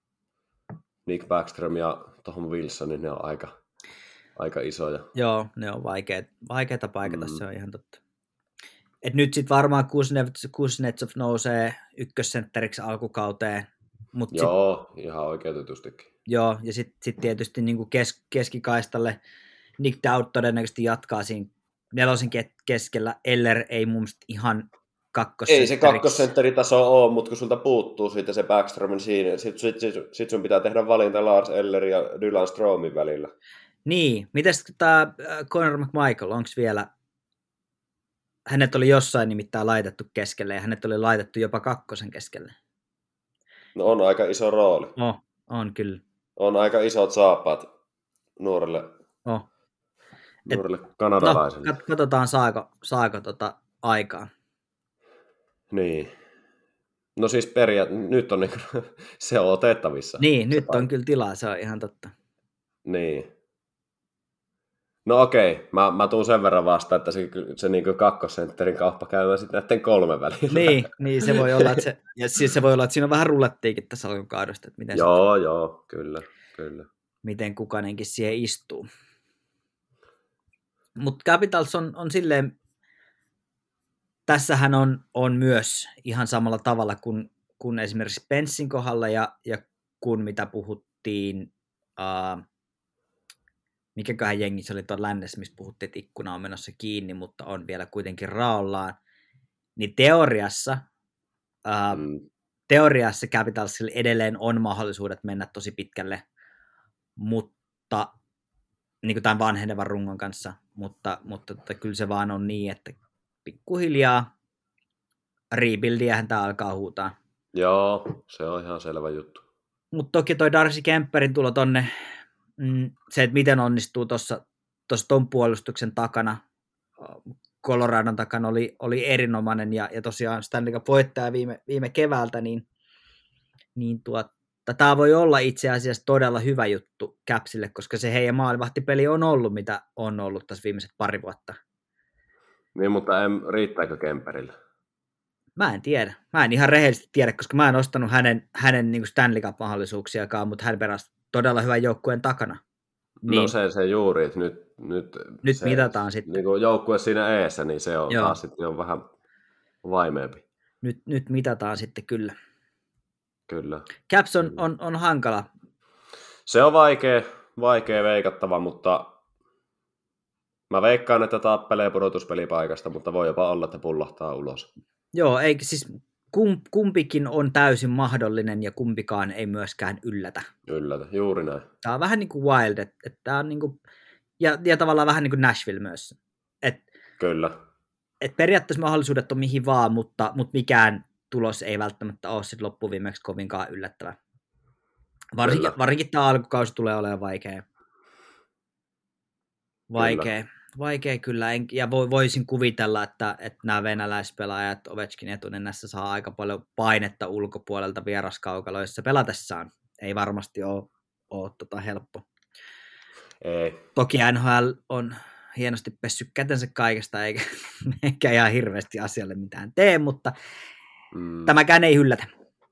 Nick Backstrom ja Tom Wilson, niin ne on aika isoja. Joo, ne on vaikeita paikata, se on ihan totta. Et nyt sitten varmaan Kuznetsov nousee ykkössentteriksi alkukauteen. Joo, ihan oikeutetustikin. Joo, ja sitten tietysti niin kuin keskikaistalle Nick Dowd todennäköisesti jatkaa siinä nelosen keskellä. Eller ei mun mielestä ihan kakkosentteriksi. Ei se kakkosentteritaso ole, mutta kun sulta puuttuu siitä se Backstrom, niin siinä sit sun pitää tehdä valinta Lars Eller ja Dylan Stromin välillä. Niin, mites tämä Connor McMichael, onko vielä, hänet oli jossain nimittäin laitettu keskelle ja hänet oli laitettu jopa kakkosen keskelle. No on aika iso rooli. On kyllä. On aika isot saappaat nuorelle kanadalaiselle. Katsotaan saako aikaa. Niin. No siis nyt on niinku, se on otettavissa. Niin, nyt on kyllä tilaa, se on ihan totta. Niin. No okei, mä tuun sen verran vasta, että se niinku kakkosentterin kauppa käydään sitten näiden kolmen välillä. Niin se voi olla, että se voi olla, että siinä on vähän rullettiikin tässä alkukaudesta, että miten joo, kyllä. Miten kukainenkin siihen istuu. Mutta Capitals on silleen, tässähän on myös ihan samalla tavalla kuin esimerkiksi Pensin kohdalla ja kun mitä puhuttiin, mikäköhän jengi se oli tuon lännessä, missä puhuttiin, että ikkuna on menossa kiinni, mutta on vielä kuitenkin raollaan, niin teoriassa Capitalsilla edelleen on mahdollisuudet mennä tosi pitkälle, mutta niin kuin tämän vanhenevan rungon kanssa, mutta kyllä se vaan on niin, että pikkuhiljaa rebuildiähän tämä alkaa huutaa. Joo, se on ihan selvä juttu. Mutta toki toi Darcy Kemperin tulo tonne, se, että miten onnistuu tuossa ton puolustuksen takana, Coloradon takana oli erinomainen ja tosiaan Stanley Cup voittaja viime keväältä, niin tämä voi olla itse asiassa todella hyvä juttu Capsille, koska se heidän maalivahtipeli on ollut, mitä on ollut tässä viimeiset pari vuotta. Niin, mutta riittääkö Kemperillä? Mä en tiedä. Mä en ihan rehellisesti tiedä, koska mä en ostanut hänen niin kuin Stanley Cup-mahdollisuuksiakaan, mutta hän peräsi todella hyvän joukkueen takana. Niin. No se juuri, että nyt se, mitataan sitten. Niin kuin joukkue siinä eessä, niin se on taas sitten jo vähän vaimeempi. Nyt mitataan sitten kyllä. Kyllä. Caps on hankala. Se on vaikea veikattava, mutta mä veikkaan, että tappelee pudotuspelipaikasta, mutta voi jopa olla, että pullahtaa ulos. Joo, eikä siis kumpikin on täysin mahdollinen ja kumpikaan ei myöskään yllätä. Yllätä, juuri näin. Tämä on vähän niin kuin Wild, että tämä on niin kuin, ja tavallaan vähän niin kuin Nashville myös. Kyllä. Et periaatteessa mahdollisuudet on mihin vaan, mutta mikään tulos ei välttämättä ole sitten loppuviimeksi kovinkaan yllättävä. Varsinkin tämä alkukausi tulee olemaan vaikea kyllä, ja voisin kuvitella, että nämä venäläispelaajat Ovechkin etunenässä saa aika paljon painetta ulkopuolelta vieraskaukaloissa pelatessaan. Ei varmasti ole helppo. Ei. Toki NHL on hienosti pessyt kätensä kaikesta, eikä ihan hirveästi asialle mitään tee, mutta tämäkään ei yllätä.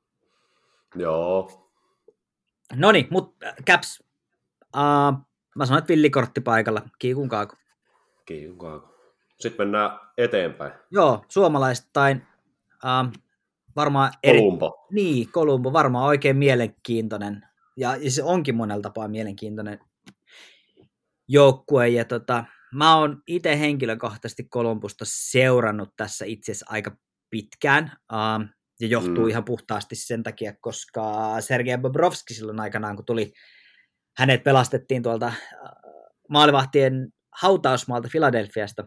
Joo. Noniin, mutta Caps, mä sanoin, että villikortti paikalla, kiikun kaako. Sitten mennään eteenpäin. Joo, suomalaistain varmaan Columbo. Niin, Columbo, varmaan oikein mielenkiintoinen, ja se onkin monella tapaa mielenkiintoinen joukkue, ja mä oon itse henkilökohtaisesti Columbusta seurannut tässä itse asiassa aika pitkään, ja johtuu ihan puhtaasti sen takia, koska Sergei Bobrovski silloin aikanaan, kun hänet pelastettiin tuolta maalivahtien hautausmaalta Philadelphiasta,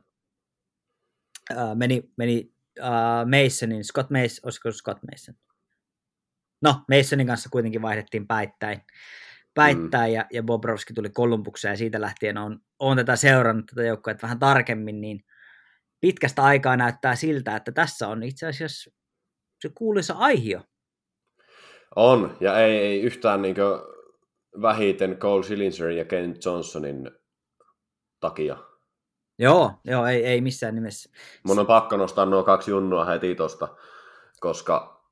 meni Masonin, olisiko Scott Mason? No, Masonin kanssa kuitenkin vaihdettiin päittäin ja Bobrovski tuli Columbukseen, ja siitä lähtien on tätä seurannut tätä joukkoa vähän tarkemmin, niin pitkästä aikaa näyttää siltä, että tässä on itse asiassa se kuuluisa aihio. On, ja ei yhtään niin vähiten Cole Sillinger ja Ken Johnsonin takia. Joo, ei missään nimessä. Mun on pakko nostaa nuo 2 junnua heti tosta, koska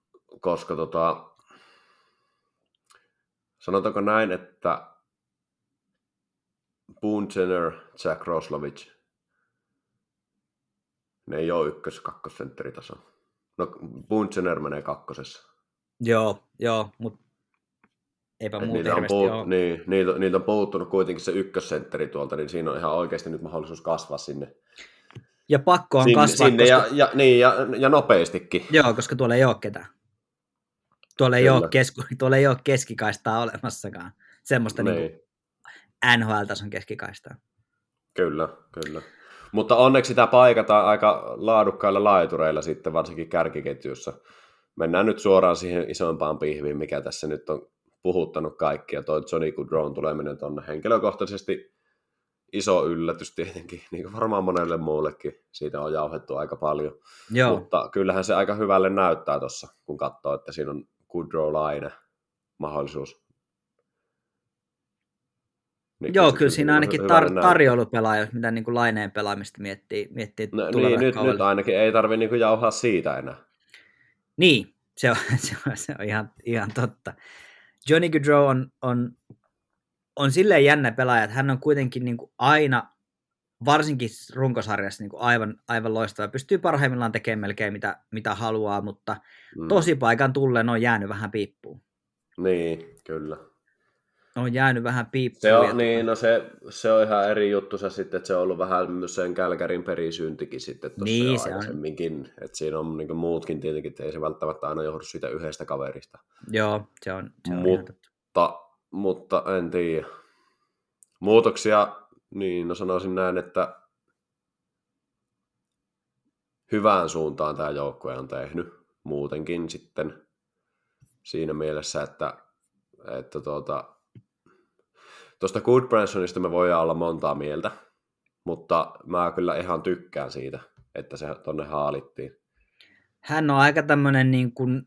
sanotaanko näin, että Buchner, Jack Roslovic, ne ei ole ykkös-kakkosentteritaso. No, Buchner menee 2. Joo, mutta eipä muuta hirveästi ole. Niin, niitä on puuttunut kuitenkin se ykkössentteri tuolta, niin siinä on ihan oikeasti nyt mahdollisuus kasvaa sinne. Ja pakko on kasvaa. Sinne koska... ja nopeastikin. Joo, koska tuolla ei ole ketään. Tuolla ei ole keskikaistaa olemassakaan. Semmoista niin NHL-tason keskikaistaa. Kyllä. Mutta onneksi sitä paikataan aika laadukkailla laitureilla sitten, varsinkin kärkiketjussa. Mennään nyt suoraan siihen isompaan pihviin, mikä tässä nyt on puhuttanut kaikkia. Toi Johnny Gaudreaun tuleminen tuonne henkilökohtaisesti iso yllätys tietenkin, niin kuin varmaan monelle muullekin. Siitä on jauhettu aika paljon. Joo. Mutta kyllähän se aika hyvälle näyttää tuossa, kun katsoo, että siinä on Gaudreau-lainen mahdollisuus. Niin, joo, kyllä siinä ainakin tarjoulupelaaja, mitä niin kuin Laineen pelaamista miettii nyt ainakin ei tarvitse niin kuin jauhaa siitä enää. Niin, se on ihan totta. Johnny Gaudreau on silleen jännä pelaaja, että hän on kuitenkin niin kuin aina, varsinkin runkosarjassa, niin kuin aivan loistava. Pystyy parhaimmillaan tekemään melkein mitä haluaa, mutta tosipaikan tulleen on jäänyt vähän piippuun. Niin, kyllä. On jäänyt vähän piippuun. Se on ihan eri juttu se sitten, että se on ollut vähän myös sen Kälkärin perisyntikin sitten tuossa niin, aikaisemminkin. Että siinä on niin muutkin tietenkin, että ei se välttämättä aina johdu siitä yhdestä kaverista. Joo, se on mutta en tiedä. Muutoksia, niin sanoisin näin, että hyvään suuntaan tämä joukkue on tehnyt muutenkin sitten siinä mielessä, että tuosta Goodbransonista me voidaan olla montaa mieltä, mutta mä kyllä ihan tykkään siitä. että se tonne haalittiin. Hän on aika tämmöinen niin kuin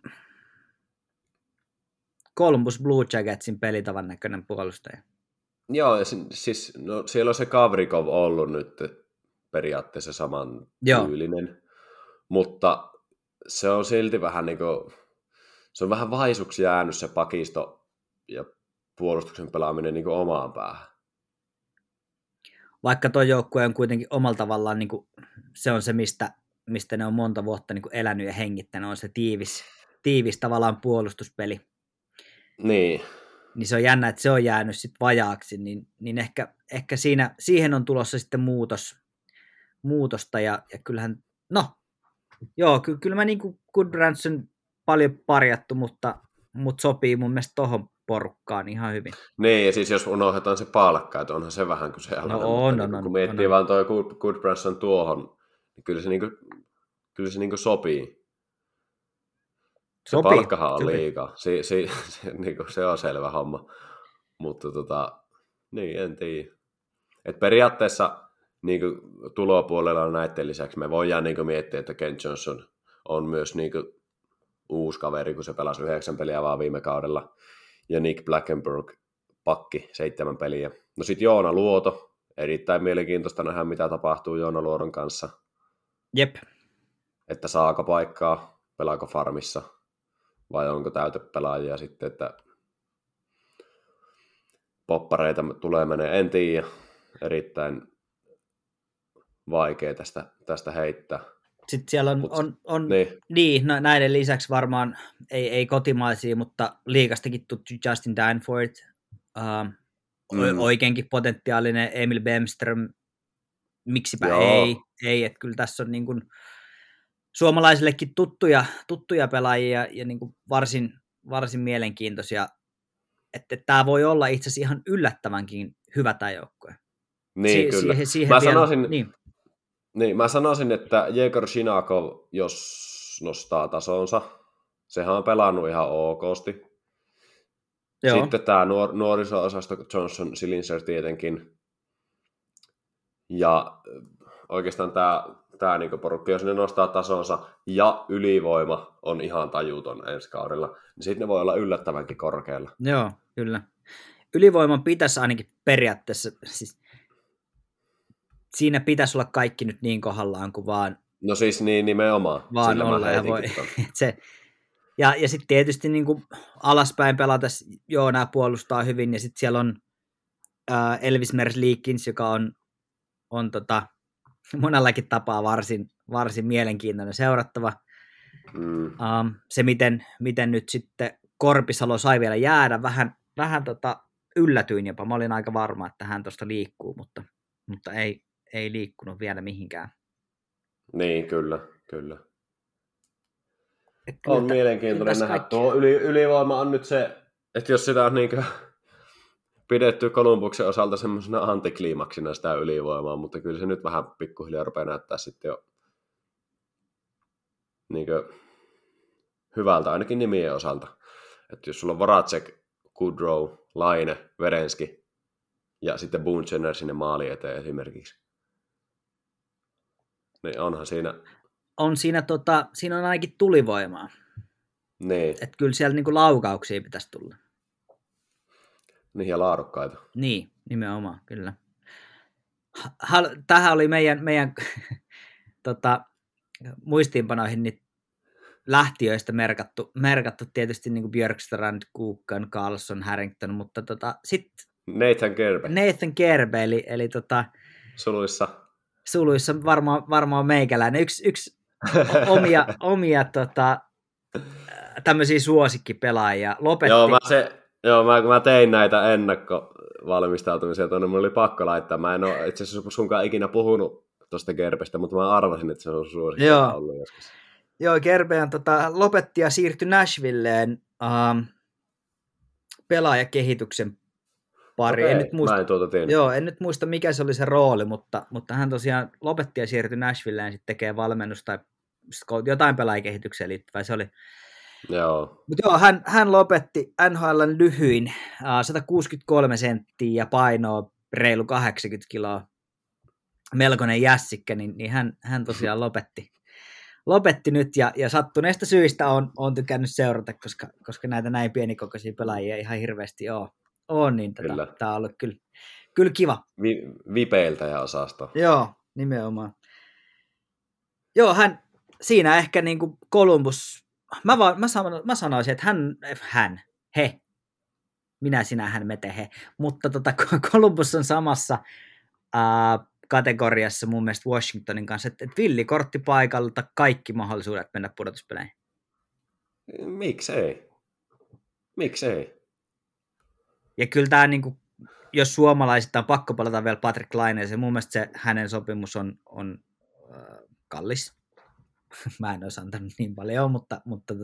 Columbus Blue Jacketsin pelitavan näköinen puolustaja. Joo, ja siis no, siellä on se Gavrikov ollut nyt periaatteessa saman tyylinen, mutta se on silti vähän niin kuin, se on vähän vaisuksi jäänyt se pakisto ja puolustuksen pelaaminen niin kuin omaan päähän. Vaikka tuo joukkue on kuitenkin omalla tavallaan, niin kuin, se on se, mistä ne on monta vuotta niin kuin elänyt ja hengittänyt, on se tiivis tavallaan puolustuspeli. Niin se on jännä, että se on jäänyt sitten vajaaksi, niin ehkä siihen on tulossa sitten muutosta ja kyllähän, no joo, kyllä mä niin kuin Goodbranson paljon parjattu, mutta sopii mun mielestä tohon porukkaan ihan hyvin. Niin, ja siis jos unohdetaan se palkka, että onhan se vähän kyseenalainen, kun miettii vaan toi Goodbranson tuohon, niin kyllä se niinku sopii. Se palkkahan on liikaa. Se on selvä homma. Mutta niin, en tiedä. Et periaatteessa niin tulopuolella näiden lisäksi me voidaan niin miettiä, että Kent Johnson on myös niin uusi kaveri, kun se pelasi 9 peliä vaan viime kaudella. Ja Nick Blackenburg pakki 7 peliä. No sit Joona Luoto. Erittäin mielenkiintoista nähdä, mitä tapahtuu Joona Luodon kanssa. Jep. Että saako paikkaa, pelaako farmissa. Vai onko täytepelaajia sitten, että poppareita tulee menee, en tiedä. Erittäin vaikea tästä heittää. Sitten siellä on niin, näiden lisäksi varmaan, ei kotimaisia, mutta liigastakin tuttu Justin Danforth, oikeinkin potentiaalinen Emil Bemström, miksipä ei, että kyllä tässä on niin kuin suomalaisillekin tuttuja pelaajia ja niin kuin varsin mielenkiintoisia, että tämä voi olla itse asiassa ihan yllättävänkin hyvä tämä joukkue. Niin, kyllä. Mä sanoisin, että Jegor Shinakov, jos nostaa tasonsa, sehän on pelannut ihan okosti. Joo. Sitten tämä nuoriso-osasto Johnson Silinser tietenkin. Ja oikeastaan tämä niinku porukka, jos ne nostaa tasonsa ja ylivoima on ihan tajuton ensi kaudella, niin sitten ne voi olla yllättävänkin korkealla. Joo, kyllä. Ylivoiman pitäisi ainakin periaatteessa, siis siinä pitäisi olla kaikki nyt niin kohdallaan kuin vaan. No siis niin nimenomaan. Vaan olla ja voi. Ja sitten tietysti niin kuin alaspäin pelatessa, joo, nämä puolustaa hyvin, ja sitten siellä on Elvis Merzlikins, joka on monellakin tapaa varsin mielenkiintoinen seurattava. Se, miten nyt sitten Korpisalo sai vielä jäädä, vähän yllätyin jopa. Mä olin aika varma, että hän tuosta liikkuu, mutta ei liikkunut vielä mihinkään. Niin, kyllä. On mielenkiintoinen nähdä. Tuo ylivoima on nyt se, että jos sitä on niinkö pidetty Columbuksen osalta semmoisena antikliimaksina sitä ylivoimaa, mutta kyllä se nyt vähän pikkuhiljaa rupeaa näyttää sitten jo niinkö hyvältä, ainakin nimien osalta. Että jos sulla on Voracek, Goodrow, Laine, Verenski ja sitten Buntzener sinne maali eteen esimerkiksi, niin onhan siinä. Siinä on ainakin tulivoimaa. Niin. Että kyllä siellä niinku laukauksia pitäisi tulla. Niin ja laadukkaita. Niin, nimenomaan, kyllä. Tähän oli meidän muistiinpanoihin niin lähtiöistä merkattu tietysti niin kuin Björkstrand, Kukan, Carlson, Harrington, mutta sitten Nathan Gerbe, eli Suluissa varmaan meikäläinen. Yksi omia tämmöisiä suosikkipelaajia lopetti. Mä tein näitä ennakkovalmistautumisia tuonne, mulla oli pakko laittaa. Mä en ole itse asiassa sunkaan ikinä puhunut tuosta Gerbestä, mutta mä arvasin, että se on suosikki ollut joskus. Joo, Gerbeän lopetti ja siirtyi Nashvilleen pelaajakehityksen pari. Okei, mä en tuota tiennyt. Joo, en nyt muista mikä se oli se rooli, mutta hän tosiaan lopetti ja siirtyi Nashvilleen, sitten tekee valmennusta tai jotain pelaajakehitykseen liittyvää se oli. Joo. Mutta joo, hän lopetti NHL:n lyhyin 163 senttiä ja painoa reilu 80 kiloa. melkoinen jässikkä, niin hän tosiaan lopetti nyt, ja sattuneista syistä on tykännyt seurata, koska näitä näin pienikokoisia pelaajia ihan hirveästi on niin tämä on ollut kyllä kiva. Vipeiltä ja osasta. Joo, nimenomaan. Joo, siinä ehkä niin kuin Columbus, mä sanoisin, että minä, sinä, hän, me, te, he, mutta Columbus on samassa kategoriassa mun mielestä Washingtonin kanssa, että villikortti paikalta kaikki mahdollisuudet mennä pudotuspeleihin. Miksei? Ja kyllä tämä, niin kuin, jos suomalaiset on pakko palata vielä Patrick Laineeseen, mun mielestä se hänen sopimus on kallis. Mä en olisi antanut niin paljon, mutta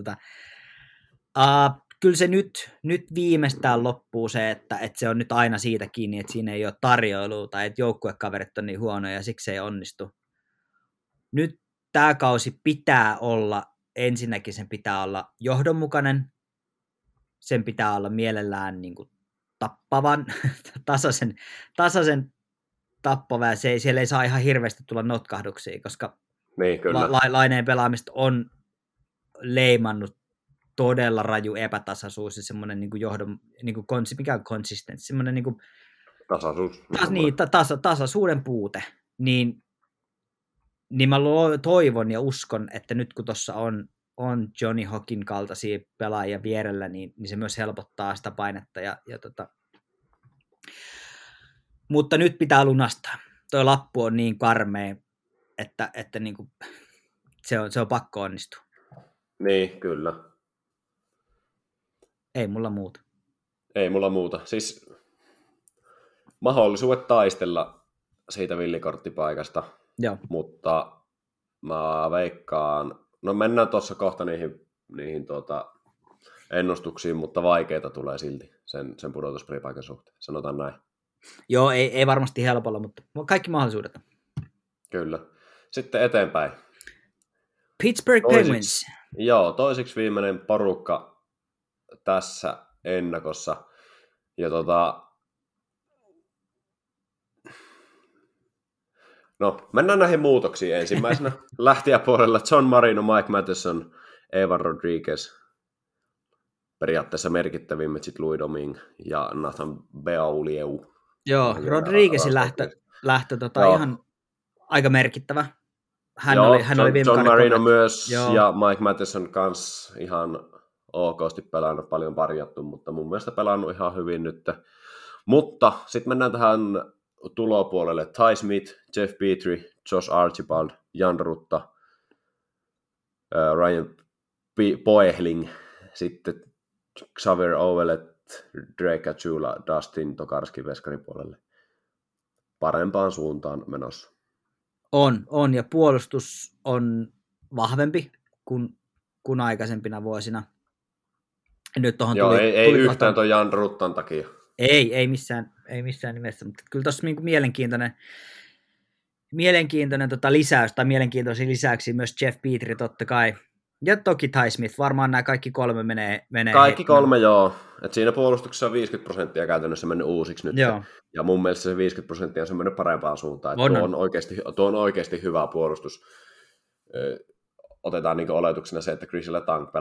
kyllä se nyt viimeistään loppuu se, että se on nyt aina siitä kiinni, että siinä ei ole tarjoilua tai että joukkuekaverit on niin huonoja ja siksi se ei onnistu. Nyt tämä kausi pitää olla, ensinnäkin sen pitää olla johdonmukainen, sen pitää olla mielellään niin kuin tappavan, tasaisen tappava ja siellä ei saa ihan hirveästi tulla notkahduksia, koska niin, Laineen pelaamista on leimannut todella raju epätasaisuus ja semmoinen niin kuin mikä on konsistenssi, semmoinen niin kuin tasaisuus. Tasaisuuden puute, niin mä toivon ja uskon, että nyt kun tuossa on Johnny Hawkin kaltaisia pelaajia vierellä, niin se myös helpottaa sitä painetta. Mutta nyt pitää lunastaa. Tuo lappu on niin karmea, että niin kuin se on pakko onnistua. Niin, kyllä. Ei mulla muuta. Siis mahdollisuudet taistella siitä villikorttipaikasta, joo. Mutta mä veikkaan, no mennään tuossa kohta niihin ennustuksiin, mutta vaikeita tulee silti sen pudotuspelipaikan suhteen, sanotaan näin. Joo, ei varmasti helpolla, mutta kaikki mahdollisuudet. Kyllä. Sitten eteenpäin. Pittsburgh Penguins. Joo, toiseksi viimeinen porukka tässä ennakossa. Ja no, mennään näihin muutoksiin ensimmäisenä. Lähtijäpuolella John Marino, Mike Matheson, Evan Rodriguez. Periaatteessa merkittävimmät sitten Louis Domingue ja Nathan Beaulieu. Joo, Rodriguezin lähtö ihan aika merkittävä. Hän oli viime John Marino kauden myös ja Mike Matheson kanssa ihan okosti pelannut, paljon parjattu, mutta mun mielestä pelannut ihan hyvin nyt. Mutta sitten mennään tähän tulopuolelle. Ty Smith, Jeff Petrie, Josh Archibald, Jan Rutta, Ryan Poehling, sitten Xavier Ouellet, Drake Caggiula, Dustin Tokarski veskaripuolelle. Parempaan suuntaan menossa. On, ja puolustus on vahvempi kuin aikaisempina vuosina. Nyt tuli ei yhtään tuon Jan Ruttan takia. Ei missään nimessä, mutta kyllä tuossa niin mielenkiintoinen lisäys, tai mielenkiintoisia lisäyksiä myös Jeff Petrie totta kai. Ja toki Ty Smith, varmaan nämä kaikki kolme menee. Kaikki kolme, joo. Et siinä puolustuksessa on 50% käytännössä mennyt uusiksi nyt. Joo. Ja mun mielestä se 50% on se mennyt parempaan suuntaan. Tuo on oikeasti hyvä puolustus. Otetaan niin oletuksena se, että Chris Letang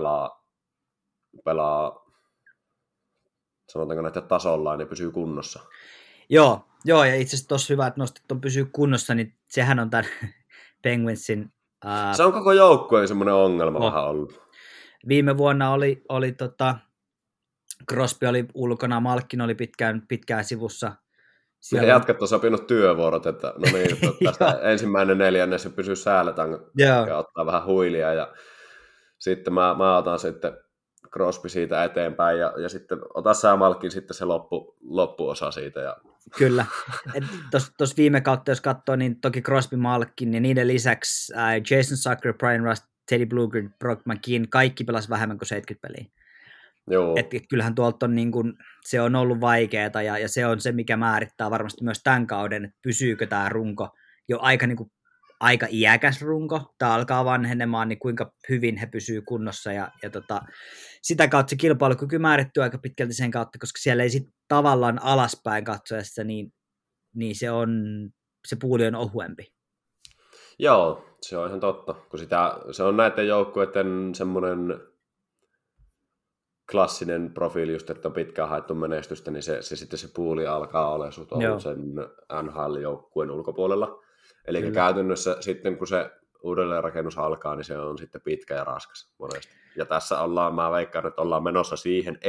pelaa sanotaanko näitä tasollaan ja pysyy kunnossa. Joo, ja itse asiassa tossa hyvä, että nostit tuon pysyy kunnossa, niin sehän on tämän Penguinsin... Se on koko joukkueen semmoinen ongelma vähän ollut. Viime vuonna oli Crosby oli ulkona, Malkin oli pitkään sivussa. Siellä jatkat on sopinut työvuorot, että no niin, tästä ensimmäinen neljännes se pysyy sääletään ja ottaa vähän huilia ja sitten mä otan sitten Crosby siitä eteenpäin ja sitten ota sä Malkin sitten se loppuosa siitä. Ja... Kyllä. Tuossa viime kautta, jos katsoo, niin toki Crosby, Malkin ja niiden lisäksi Jason Zucker, Brian Rust, Teddy Blueger, Brock McKean, kaikki pelasi vähemmän kuin 70 peliä. Joo. Kyllähän tuolta on niin kuin, se on ollut vaikeaa ja se on se, mikä määrittää varmasti myös tämän kauden, että pysyykö tämä runko jo aika iäkäs runko, tämä alkaa vanhenemaan, niin kuinka hyvin he pysyy kunnossa ja sitä kautta se kilpailukyky määrittyy aika pitkälti sen kautta, koska siellä ei sitten tavallaan alaspäin katsoessa, niin se puuli on ohuempi. Joo, se on ihan totta. Kun se on näiden joukkueiden semmoinen klassinen profiili, just, että on pitkään haettu menestystä, niin se sitten se puuli alkaa olla sut ollut sen NHL-joukkueen ulkopuolella. Eli kyllä. Käytännössä sitten, kun se uudelleenrakennus alkaa, niin se on sitten pitkä ja raskas monesti. Ja tässä mä veikkaan, että ollaan menossa siihen,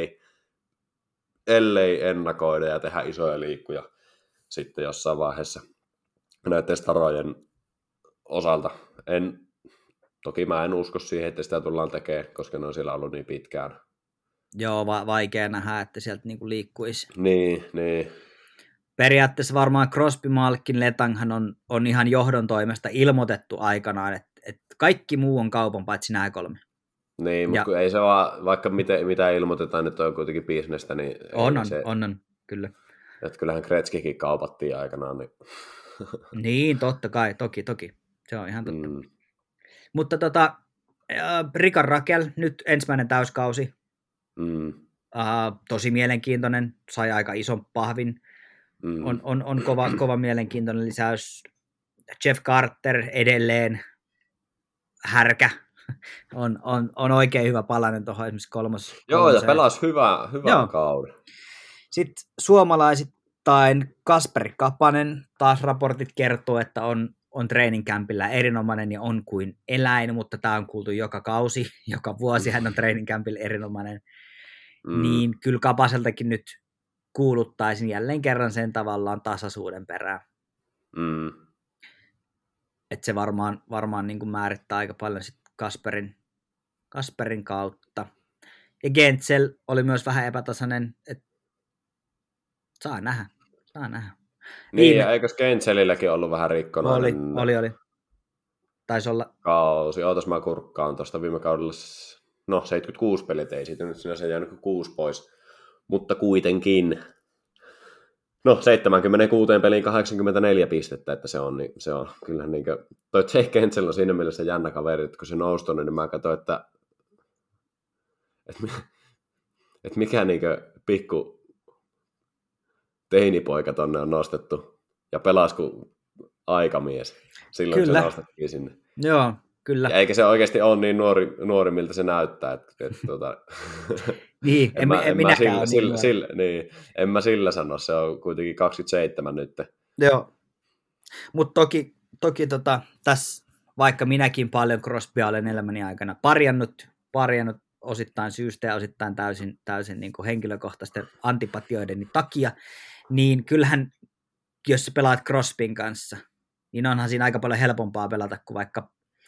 ellei ennakoida ja tehdä isoja liikkuja sitten jossain vaiheessa näiden starojen osalta. Toki mä en usko siihen, että sitä tullaan tekemään, koska ne on siellä ollut niin pitkään. Joo, vaikea nähdä, että sieltä niinku liikkuisi. Niin. Periaatteessa varmaan Crosby, Malkin, Letanghan on ihan johdon toimesta ilmoitettu aikanaan, että kaikki muu on kaupan paitsi nämä 3. Niin, mutta ei se vaan, vaikka mitä ilmoitetaan, että on kuitenkin bisnestä, niin... On, kyllä. Että kyllähän Gretzkykin kaupattiin aikanaan. Niin, totta kai, toki. Se on ihan totta. Mutta Rickard Rakell, nyt ensimmäinen täyskausi. Tosi mielenkiintoinen, sai aika ison pahvin. On kova mielenkiintoinen lisäys. Jeff Carter edelleen härkä. On oikein hyvä palanen tuohon esimerkiksi kolmoseen. Joo, ja pelasi hyvän kauden. Sitten suomalaisittain Kasperi Kapanen, taas raportit kertoo, että on training campilla erinomainen ja on kuin eläin, mutta tämä on kuultu joka kausi, joka vuosi hän on training campilla erinomainen. Niin kyllä Kapaseltakin nyt kuuluttaisin jälleen kerran sen tavallaan tasaisuuden perään. Että se varmaan niin kuin määrittää aika paljon sit Kasperin kautta. Ja Gentzel oli myös vähän epätasainen, että saa nähdä. Niin, ja eikö Gentzelilläkin ollut vähän rikkonainen? Oli. Taisi olla. Kausi, ootas mä kurkkaan tuosta viime kaudella, 76 pelit, ei siitä nyt sinänsä jäänyt 6 pois, mutta kuitenkin. 76 peliin 84 pistettä, että se on kyllähän niinkö, toi Jake Gentzel on siinä mielessä jännä kaveri, että kun se nousi tonne, niin mä katsoin, että mikä niinkö pikku teinipoika tonne on nostettu ja pelasi kuin aikamies silloin, kyllä. Kun se nostettiin sinne. Joo, kyllä. Ja eikä se oikeasti ole niin nuori miltä se näyttää. Niin, en mä sillä sano, se on kuitenkin 27 nyt. Joo, mutta toki tässä, vaikka minäkin paljon Crosbya olen elämäni aikana parjannut osittain syystä ja osittain täysin niin kuin henkilökohtaisten antipatioideni takia, niin kyllähän, jos sä pelaat Crosbyn kanssa, niin onhan siinä aika paljon helpompaa pelata kuin vaikka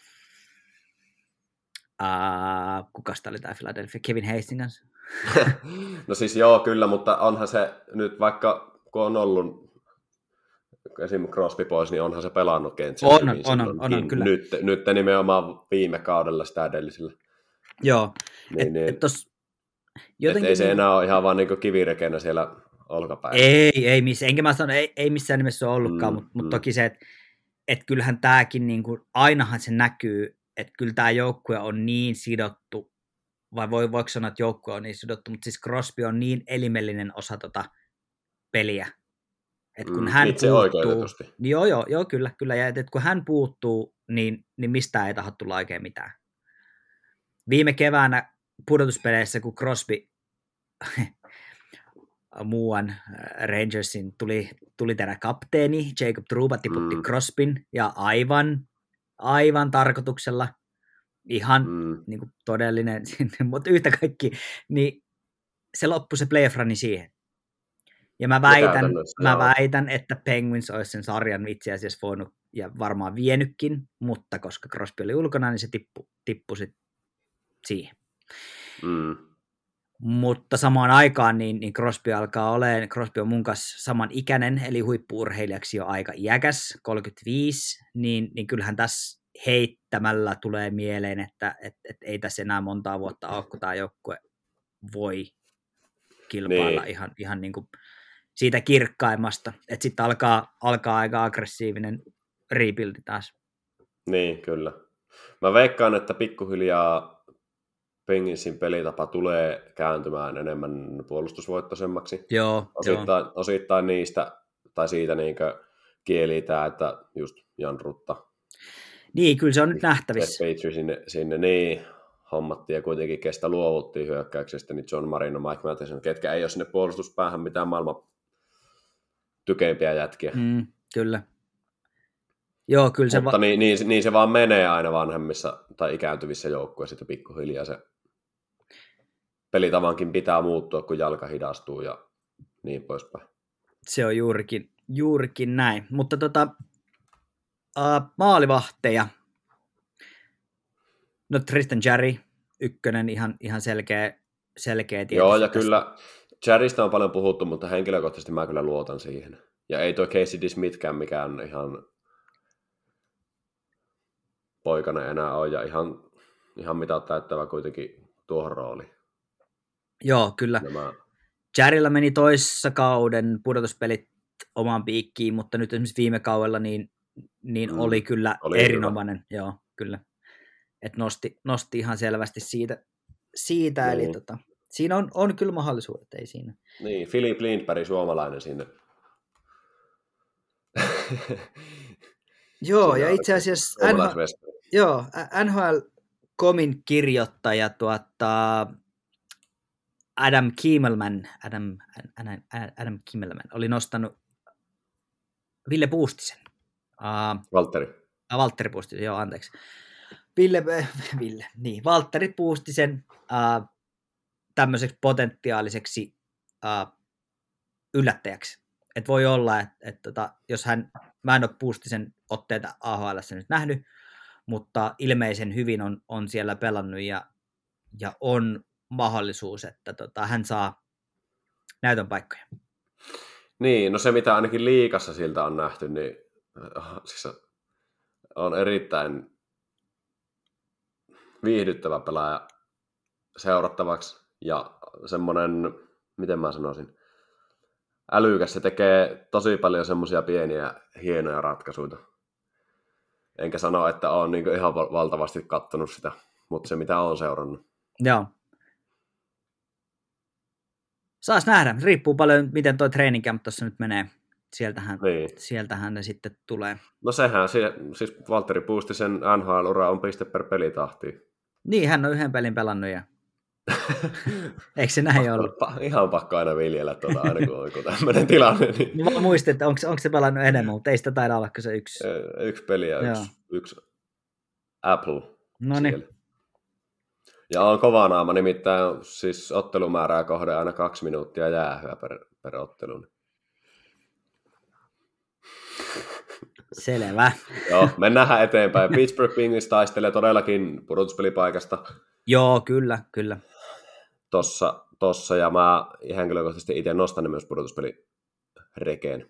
kukas tämä oli tämä Philadelphia? Kevin Hastings? No siis joo, kyllä, mutta onhan se nyt vaikka, kun on ollut esimerkiksi Crosby pois, niin onhan se pelannut kentsillä. On, kyllä. Nyt nimenomaan viime kaudella sitä edellisellä. Joo. Niin. Ei se enää ole ihan vaan niin kivirekenä siellä olkapäin. Enkä mä sano, ei missään nimessä ole ollutkaan, mutta toki se, että kyllähän tämäkin, niin kuin, ainahan se näkyy, että kyllä tämä joukkue on niin sidottu, vai voiko sanoa, että joukkue on niin sidottu, mutta siis Crosby on niin elimellinen osa peliä, että kun hän puuttuu, niin joo, kyllä, ja että kun hän puuttuu, niin mistään ei tahdo tulla oikein mitään. Viime keväänä pudotuspeleissä, kun Crosby muuan Rangersin tuli tänä kapteeni, Jacob Trouba tiputti Crosbyn, ja aivan tarkoituksella, ihan niin kuin todellinen, mutta yhtä kaikki, niin se loppui se playoff-runi siihen. Ja mä väitän, että Penguins olisi sen sarjan itse asiassa voinut ja varmaan vienytkin, mutta koska Crosby oli ulkona, niin se tippui sitten siihen. Mutta samaan aikaan niin Crosby alkaa olemaan, Crosby on mun kanssa saman ikäinen, eli huippu-urheilijaksi jo aika iäkäs, 35, niin kyllähän tässä heittämällä tulee mieleen, että ei tässä enää montaa vuotta ole, kun tämä joukkue voi kilpailla ihan niin kuin siitä kirkkaimmasta, että sitten alkaa aika aggressiivinen rebuildi taas. Niin, kyllä. Mä veikkaan, että pikkuhiljaa Penguinsin pelitapa tulee kääntymään enemmän puolustusvoittoisemmaksi. Joo, osittain niistä, tai siitä niinkö kieli tämä, että just Jan Rutta. Niin, kyllä se on nyt nähtävissä. Petri sinne niin hommattiin ja kuitenkin kestä luovuttiin hyökkäyksestä, niin John Marino, Mike Matheson, ketkä ei ole sinne puolustuspäähän mitään maailman tykeimpiä jätkiä. Kyllä. Joo, kyllä se mutta niin se vaan menee aina vanhemmissa tai ikääntyvissä joukkueissa, että pikkuhiljaa se pelitavankin pitää muuttua, kun jalka hidastuu ja niin poispäin. Se on juurikin näin. Mutta maalivahteja. No Tristan Jarry, ykkönen, ihan selkeä tietysti. Joo, ja kyllä Jarrystä on paljon puhuttu, mutta henkilökohtaisesti mä kyllä luotan siihen. Ja ei toi Casey DeSmithkään mikään ihan poikana enää ole, ja ihan mitä täyttävä kuitenkin tuohon rooliin. Joo, kyllä. Jarrylla meni toissa kauden pudotuspelit omaan piikkiin, mutta nyt esimerkiksi viime kaudella niin oli kyllä erinomainen. Hyvä. Joo, kyllä. Et nosti ihan selvästi siitä eli siinä on kyllä mahdollisuudet, ei siinä. Niin, Philip Lindberg, suomalainen sinne. Joo, ja itse asiassa NHL.comin kirjoittaja Adam Kimmelman oli nostanut Ville Puustisen. Valtteri Puustisen, joo, anteeksi. Valtteri Puustisen tämmöiseksi potentiaaliseksi yllättäjäksi. Et voi olla, että jos mä en ole Puustisen otteita AHL:ssä nyt nähnyt, mutta ilmeisen hyvin on siellä pelannut ja on mahdollisuus, että hän saa näytön paikkoja. Niin, no se mitä ainakin liigassa siltä on nähty, niin siis on erittäin viihdyttävä pelaaja seurattavaksi ja semmoinen, miten mä sanoisin, älykäs. Se tekee tosi paljon semmoisia pieniä hienoja ratkaisuja. Enkä sano, että olen niin ihan valtavasti kattonut sitä, mutta se mitä olen seurannut. Joo. Saas nähdä. Riippuu paljon, miten tuo training camp tuossa nyt menee. Sieltähän ne sitten tulee. No sehän, siis Valtteri Puustisen NHL-ura on piste per pelitahti. Niin, hän on yhden pelin pelannut ja eikö se näin ollut? Ihan pakko aina viljellä aina kun on tämmöinen tilanne. Niin. Mä muistin, että onko se pelannut enemmän, mutta ei sitä taida olla, kun se yksi. Yksi peli ja yksi Apple. Noniin. Ja on kova naama, nimittäin siis ottelumäärää kohden aina 2 minuuttia jäähyä per ottelu. Selvä. Joo, mennään eteenpäin. Pittsburgh Penguins taistelee todellakin pudotuspelipaikasta. Joo, kyllä. Tossa, ja mä henkilökohtaisesti itse nostan myös pudotuspelirekeen.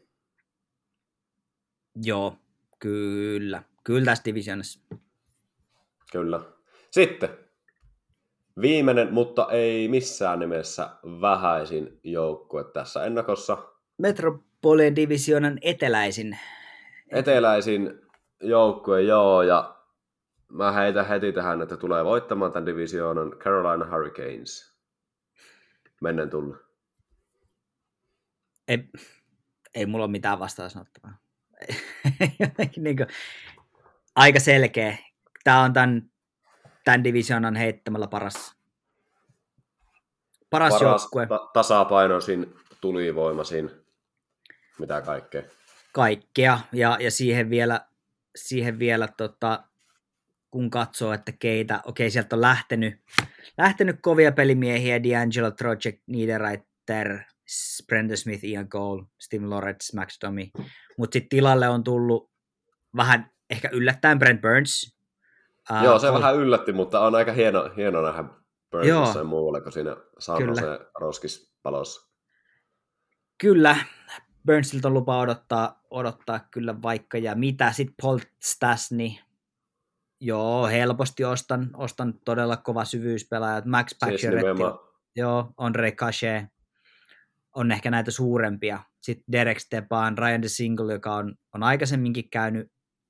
Joo, kyllä. Kyllä tässä divisionissa. Kyllä. Sitten viimeinen, mutta ei missään nimessä vähäisin joukkue tässä ennakossa. Metropolian divisionan eteläisin joukkue, joo, ja mä heitän heti tähän, että tulee voittamaan tämän divisioonan Carolina Hurricanes. Mennen tulla. Ei mulla ole mitään vastaan sanottavaa. Niin kuin, aika selkeä. Tämä on tämän divisioonan heittämällä paras joukkue. Tasapainoisin, tulivoimaisin, mitä kaikkea. Kaikkea, ja siihen vielä kun katsoo, että keitä, sieltä on lähtenyt kovia pelimiehiä, D'Angelo Trocheck, Niederreiter, Brendan Smith, Ian Cole, Steve Loretz, Max Domi, mutta sitten tilalle on tullut vähän ehkä yllättäen Brent Burns. Joo, se vähän yllätti, mutta on aika hieno nähdä Burns jossain muualle, kun siinä San Jose roskispalossa. Kyllä, Burnsilta on lupa odottaa kyllä vaikka ja mitä. Sitten Paul Stastny, joo, helposti ostan todella kova syvyyspelaaja. Max Pacioretty, joo, Andre Cachet on ehkä näitä suurempia. Sitten Derek Stepan, Ryan DeSingle, joka on aikaisemminkin käynyt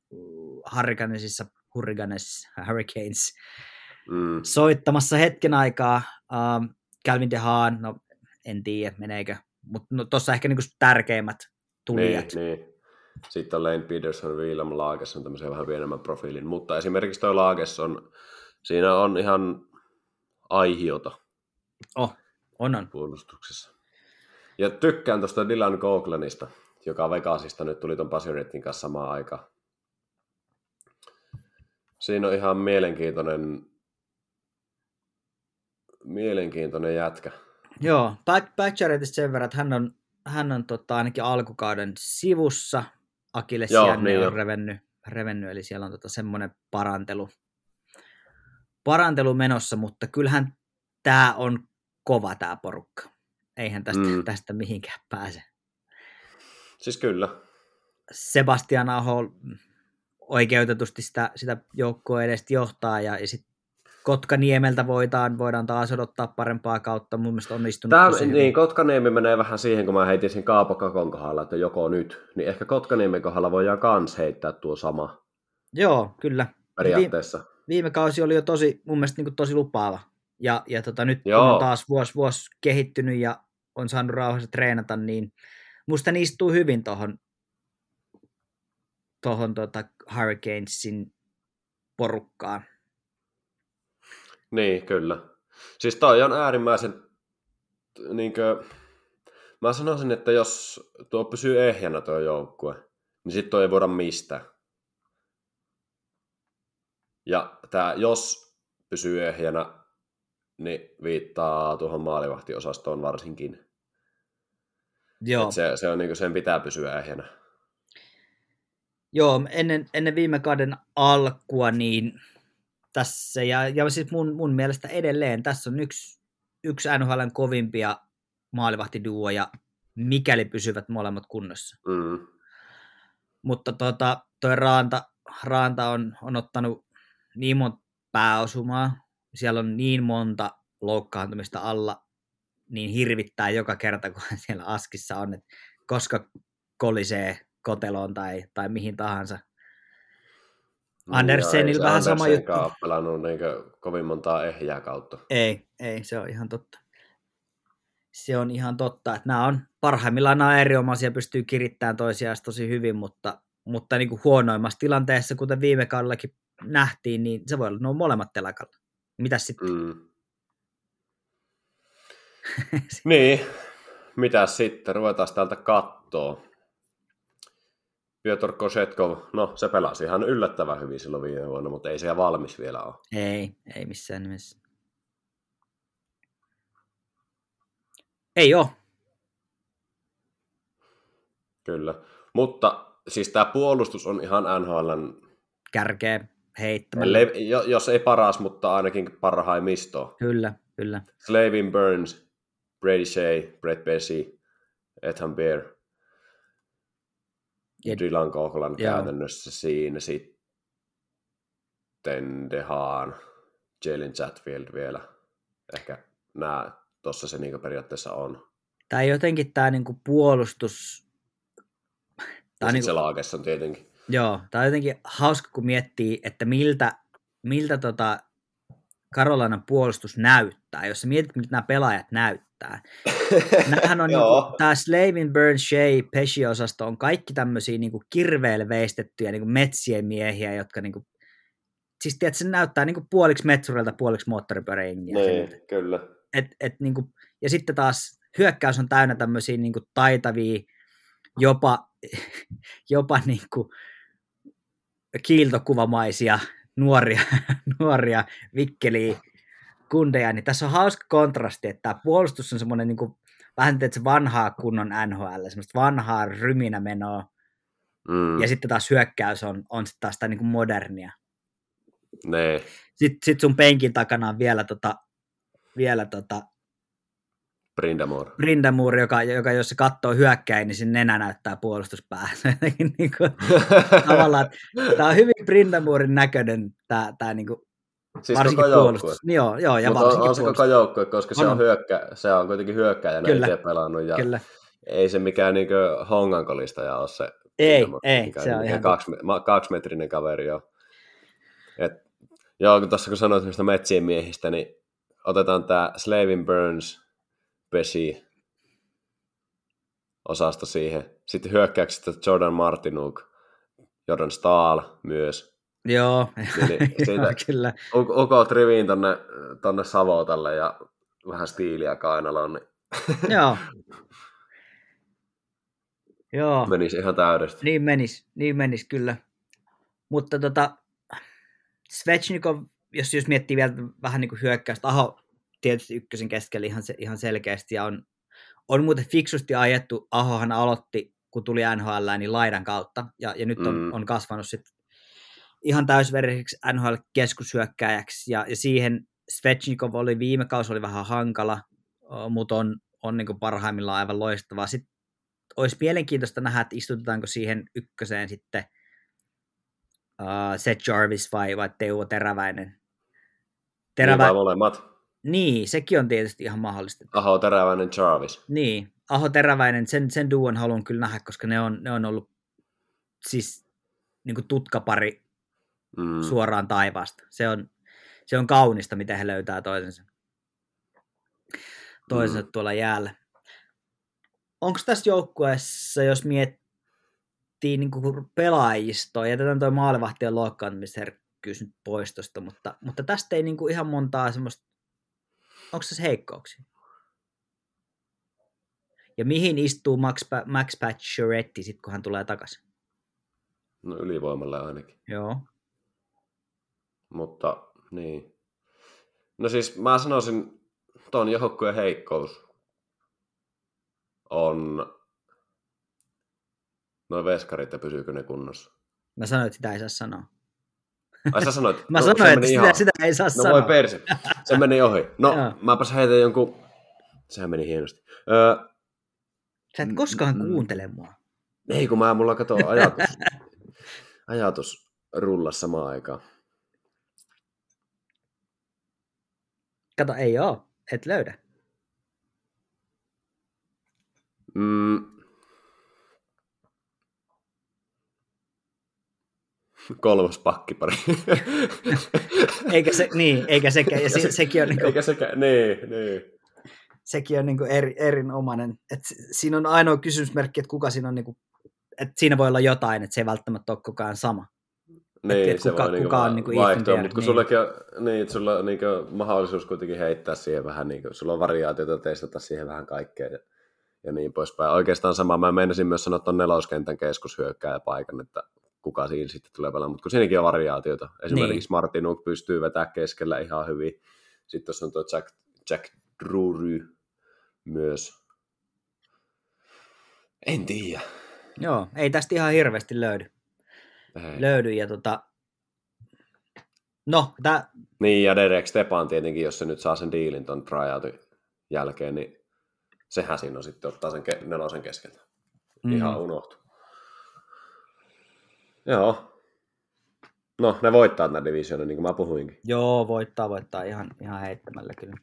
Hurricanes soittamassa hetken aikaa. Calvin DeHaan, en tiedä meneekö, mutta tuossa ehkä niinku tärkeimmät tulijat. Niin. Sitten on Lane Peterson, William Lages on tämmöisen vähän pienemmän profiilin, mutta esimerkiksi toi Lages siinä on ihan aihiota On. puolustuksessa. Ja tykkään tuosta Dylan Coughlonista, joka Vegasista nyt tuli ton Pasionetin kanssa samaan aikaan. Siinä on ihan mielenkiintoinen jätkä. Joo, Pacioretista sen verran, että hän on ainakin alkukauden sivussa. Akilles Jänne on revennyt, eli siellä on semmoinen parantelu menossa, mutta kyllähän tämä on kova tämä porukka. Eihän tästä mihinkään pääse. Siis kyllä. Sebastian Aho oikeutetusti sitä joukkoa edestä johtaa, ja sitten Kotkaniemeltä voidaan taas odottaa parempaa kautta. Mun mielestä onnistunut tosi hyvin. Kotkaniemi menee vähän siihen, kun mä heitin sen Kaapo Kakon kohdalla, että joko nyt. Niin ehkä Kotkaniemen kohdalla voidaan kans heittää tuo sama. Joo, kyllä. Periaatteessa. Viime kausi oli jo mun mielestä niin tosi lupaava. Ja nyt kun on taas vuosi kehittynyt ja on saanut rauhassa treenata, niin musta ne istuu hyvin tuohon Hurricanesin porukkaan. Niin, kyllä. Siis toi on äärimmäisen, mä sanoisin, että jos tuo pysyy ehjänä tuo joukkue, niin sit toi ei voida mistään. Ja tää, jos pysyy ehjänä, niin viittaa tuohon maalivahtiosastoon varsinkin. Joo. Se on sen pitää pysyä ehjänä. Joo, ennen viime kauden alkua, niin tässä, ja siis mun mielestä edelleen, tässä on yksi NHL:n kovimpia maalivahtiduoja, mikäli pysyvät molemmat kunnossa. Mm. Mutta toi Raanta on ottanut niin monta pääosumaa, siellä on niin monta loukkaantumista alla, niin hirvittää joka kerta, kun siellä askissa on, että koska kolisee koteloon tai mihin tahansa. Andersenilla vähän sama juttu. Andersen on pelannut kovin montaa ehjää kautta. Ei, se on ihan totta. Se on ihan totta, että parhaimmillaan nämä on erinomaisia, pystyy kirittämään toisiaan tosi hyvin, mutta niin kuin huonoimmassa tilanteessa, kuten viime kaudellakin nähtiin, niin se voi olla nuo molemmat telakalla. Mitäs sitten? Niin, mitäs sitten? Ruvetaan täältä kattoo. Piotr Kosetkov, no se pelasi ihan yllättävän hyvin silloin viime vuonna, mutta ei se valmis vielä ole. Ei missään nimessä. Ei ole. Kyllä, mutta siis tämä puolustus on ihan NHL:n kärkeä heittämällä. Jos ei paras, mutta ainakin parhaimmisto. Kyllä. Slavin Burns, Brady Shea, Brett Pesci, Ethan Bear, Dylan Coughlin käytännössä siinä, sitten Dehaan, Jalen Chatfield vielä. Ehkä nämä tuossa se niinku periaatteessa on. Tämä jotenkin tämä niinku puolustus. Ja niinku, se Lages on tietenkin. Joo, tämä on jotenkin hauska, kun miettii, että miltä Carolinan puolustus näyttää, jos sä mietit, miltä nämä pelaajat näyttää. Nämähän on niinku, tämä Slavin, Burns, Shea, Pesci-osasto on kaikki tämmöisiä niinku kirveelle veistettyjä niinku metsien miehiä, jotka niinku, siis tiedät, se näyttää niinku puoliksi metsurilta, puoliksi moottoripyöräjengiä. Niin, kyllä. Niinku, ja sitten taas hyökkäys on täynnä tämmöisiä niinku taitavia, jopa niinku kiiltokuvamaisia nuoria vikkeliä kundeja, niin tässä on hauska kontrasti, että tämä puolustus on semmoinen niinku, vähän se vanhaa kunnon NHL, semmoista vanhaa ryminämenoa, ja sitten taas hyökkäys on sitten taas sitä niinku modernia. Nee. Sitten sun penkin takana on vielä Brindamore, joka jos se katsoo hyökkäin, niin sen nenä näyttää puolustuspäässä. Niinku, tavallaan, tämä on hyvin Brindamoren näköinen tämä niinku, siis varsinkin puolustus. Joo, ja mutta varsinkin on se koko joukkue, koska se on kuitenkin hyökkäjänä itse pelannut. Ja kyllä. Ei se mikään niinku hongankolistaja ole se. Ei, se on ihan 2-metrinen kaveri jo. Joo, kun tuossa kun sanoit niistä metsien miehistä, niin otetaan tämä Slavin Burns, Pesci, osasta siihen. Sitten hyökkäyksestä Jordan Martinook, Jordan Staal myös. Joo, Niin siitä kyllä. ukot riviin tonne Savotalle ja vähän stiiliä kainaloon. Niin Joo. menisi ihan täydesti. Niin menis kyllä. Mutta Svechnikov, jos miettii vielä vähän niin kuin hyökkäystä, Aho tietysti ykkösen keskellä ihan selkeästi ja on muuten fiksusti ajettu. Ahohan aloitti, kun tuli NHL, niin laidan kautta ja nyt on kasvanut sitten ihan täysveriseksi NHL-keskushyökkääjäksi ja siihen Svechnikov oli viime kausi oli vähän hankala, mutta on niin kuin parhaimmillaan aivan loistavaa. Sitten olisi mielenkiintoista nähdä, että istutetaanko siihen ykköseen sitten Seth Jarvis vai Teuvo Teräväinen. Niin vai molemmat. Niin, sekin on tietysti ihan mahdollista. Aho, Teräväinen, Jarvis. Niin, Aho, Teräväinen, sen duon haluan kyllä nähdä, koska ne on ollut siis niin kuin tutkapari suoraan taivaasta. Se on kaunista, miten he löytää toisensa tuolla jäällä. Onko tässä joukkueessa, jos miettii niin kuin pelaajistoa, jätetään tuo maalivahtien loukkaantumisherkkyys nyt pois tosta, mutta tästä ei niin kuin ihan montaa semmoista, onko tässä heikkouksia? Ja mihin istuu Max Pacioretty sitten, kun hän tulee takaisin? No ylivoimalle ainakin. Joo. Mutta niin. No siis mä sanoisin, tuon joukkueen heikkous on noin veskarit ja pysyykö ne kunnossa. Mä sanoin, että sitä ei saa sanoa. Ai sä sanoit? Mä sanoin, että sitä ei saa sanoa. No voi perse. Se meni ohi. No mäpäs heitän jonkun. Sehän meni hienosti. Sä et koskaan kuuntele mua. Ei, kun mulla katsoo ajatus rullassa samaan aikaan. Kato, ei oo. Et löydä. Kolmas pakkipari. eikä sekään. Ja sekin on niinku, eikä sekään, niin. Sekin on niinku erinomainen. Et siinä on ainoa kysymysmerkki, että kuka siinä on niinku, että siinä voi olla jotain, että se ei välttämättä ole koko ajan sama. Niin, et se kuka, voi kuka on niinku vaihtoa, mutta kun sullekin on, niin, sulla on niinku mahdollisuus kuitenkin heittää siihen vähän, niinku, sulla on variaatiota testata siihen vähän kaikkea ja niin poispäin. Oikeastaan sama, mä meinasin myös sanoa tuon neloskentän keskushyökkääjäpaikan, että kuka siinä sitten tulee pelaamaan, mutta kun siinäkin on variaatiota. Esimerkiksi Martinook pystyy vetämään keskellä ihan hyvin. Sitten tuossa on tuo Jack Drury myös. En tiedä. Joo, ei tästä ihan hirveästi löydy. Ja Niin, ja Derek Stepan tietenkin, jos se nyt saa sen diilin ton tryoutin jälkeen, niin sehän siinä on sitten ottaa sen nelosen keskeltä. Ihan unohtu. Joo. No, ne voittaa tämän divisionin, niin kuin mä puhuinkin. Joo, voittaa ihan heittämällä kyllä.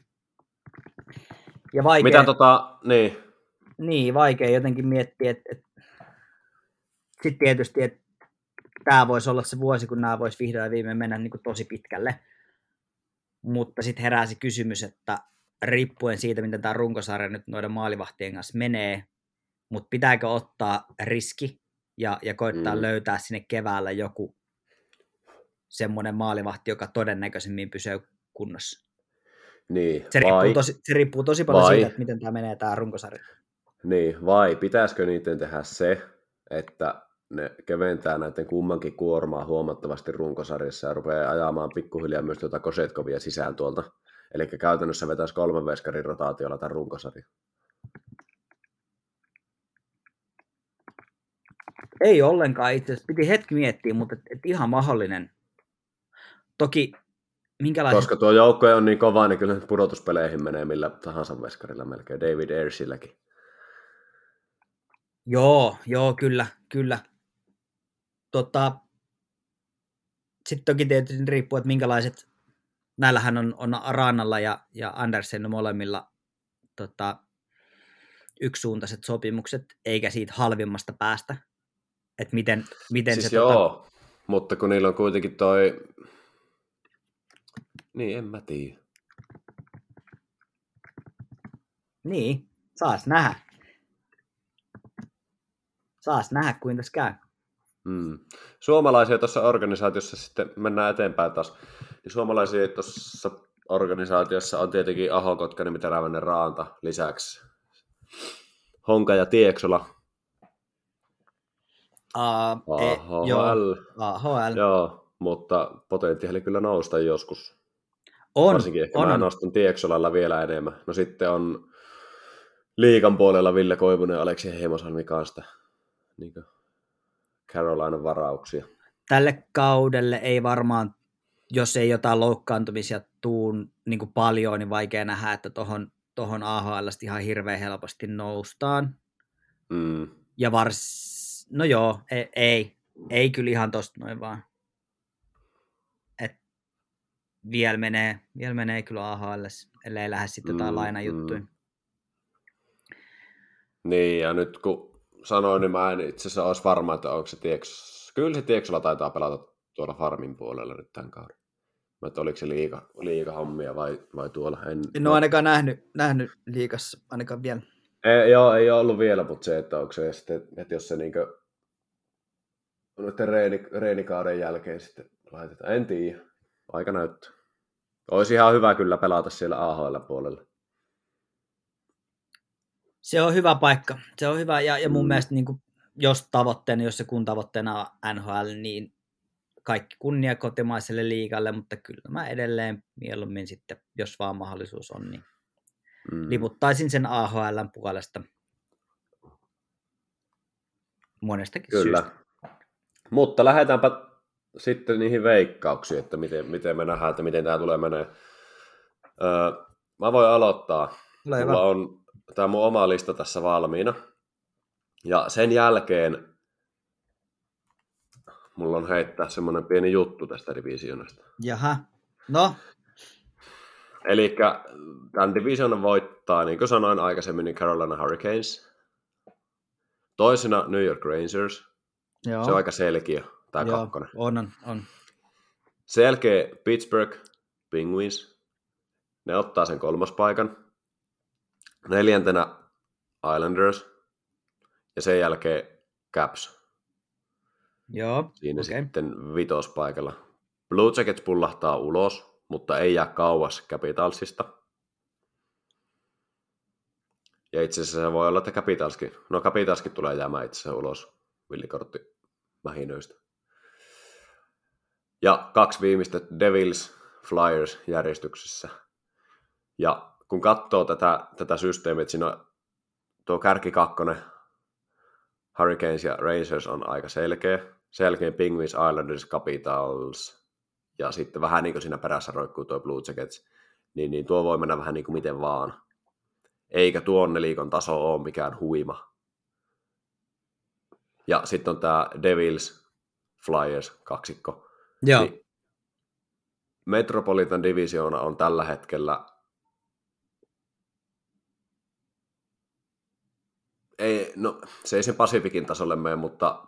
Ja vaikea... Mitä niin. Niin, vaikea jotenkin miettiä, että sitten tietysti, että tämä voisi olla se vuosi, kun nämä voisi vihdoin ja viimein mennä niin kuin tosi pitkälle. Mutta sitten herää se kysymys, että riippuen siitä, miten tämä runkosarja nyt noiden maalivahtien kanssa menee, mutta pitääkö ottaa riski ja koittaa löytää sinne keväällä joku semmoinen maalivahti, joka todennäköisemmin pysyy kunnossa. Niin, se riippuu tosi paljon siitä, että miten tämä menee tämä runkosarja. Niin, vai pitäisikö niiden tehdä se, että ne keventää näiden kummankin kuormaa huomattavasti runkosarjassa ja rupeaa ajamaan pikkuhiljaa myös Kosetkovia sisään tuolta. Eli käytännössä vetäisi 3 veskarin rotaatiolla tämän runkosarjan. Ei ollenkaan itse asiassa. Piti hetki miettiä, mutta ihan mahdollinen. Toki minkälaiset... Koska tuo joukko on niin kova, niin kyllä pudotuspeleihin menee millä tahansa veskarilla melkein. David Airsilläkin. Joo, kyllä. Sitten toki tietysti riippuu, että minkälaiset, näillähän on Rannalla ja Andersen molemmilla yksisuuntaiset sopimukset, eikä siitä halvimmasta päästä. Että miten siis se... Joo, mutta kun niillä on kuitenkin toi... Niin, en mä tiedä. Niin, saas nähdä. Saas nähdä, kuin tässä käy. Suomalaisia tuossa organisaatiossa, sitten mennään eteenpäin taas, niin suomalaisia tuossa organisaatiossa on tietenkin Aho, Kotkanen, Teräväinen, Raanta lisäksi Honka ja Tieksola. AHL. Joo, mutta potentiaali kyllä nousta joskus. On. Varsinkin ehkä mä nostan Tieksolalla vielä enemmän. No sitten on liigan puolella Ville Koivunen ja Aleksi Heimosalmi kanssa niin Carolinan varauksia. Tälle kaudelle ei varmaan, jos ei jotain loukkaantumisia tuun niin kuin paljon, niin vaikea nähdä, että tohon AHL:stä ihan hirveän helposti noustaan. Ja no joo, ei kyllä ihan tosta noin vaan. Et vielä menee kyllä AHL:ssä, ellei lähde sitten jotain lainajuttuja. Niin, ja nyt kun sanoin, niin mä en itse asiassa olisi varma, että onko se Kyllä se Tieksola taitaa pelata tuolla farmin puolella nyt tämän kauden. Että oliko se liiga hommia vai tuolla? En ole ainakaan nähnyt liigassa ainakaan vielä. Ei ole ollut vielä, mutta se, että onko se sitten, että jos se niinkö noiden reenikauden jälkeen sitten laitetaan. En tiedä. Aika näyttää. Olisi ihan hyvä kyllä pelata siellä AHL-puolella. Se on hyvä paikka. Se on hyvä ja mun mielestä niin kuin, jos se kun tavoitteena on NHL, niin kaikki kunnia kotimaiselle liigalle, mutta kyllä mä edelleen mieluummin sitten, jos vaan mahdollisuus on, niin liputtaisin sen AHL:n puolesta monestakin syystä. Mutta lähdetäänpä sitten niihin veikkauksiin, että miten me nähdään, että miten tämä tulee menee. Mä voin aloittaa. Mulla on tämä mun oma lista tässä valmiina. Ja sen jälkeen mulla on heittää semmoinen pieni juttu tästä divisionasta. Jaha, no. Eli tämän divisionan voittaa, niin kuin sanoin aikaisemmin, niin Carolina Hurricanes. Toisena New York Rangers. Joo. Se on aika selkeä, tämä kakkonen. On. Sen jälkeen Pittsburgh Penguins. Ne ottaa sen 3. paikan. 4. Islanders. Ja sen jälkeen Caps. Joo, siinä sitten 5. paikalla. Blue Jackets pullahtaa ulos, mutta ei jää kauas Capitalsista. Ja itse asiassa se voi olla, että Capitalskin tulee jäämään itse asiassa ulos villikorttimähinöistä. Ja 2 viimeistä Devils Flyers järjestyksessä. Ja kun katsoo tätä systeemiä, että siinä on tuo kärki 2, Hurricanes ja Rangers on aika selkeä. Sen jälkeen Penguins, Islanders, Capitals ja sitten vähän niin kuin siinä perässä roikkuu tuo Blue Jackets, niin tuo voi mennä vähän niin kuin miten vaan. Eikä tuon nelikon taso ole mikään huima. Ja sitten on tämä Devils, Flyers kaksikko. Joo. Niin Metropolitan Divisioona on tällä hetkellä se ei sen Pasifikin tasolle mene, mutta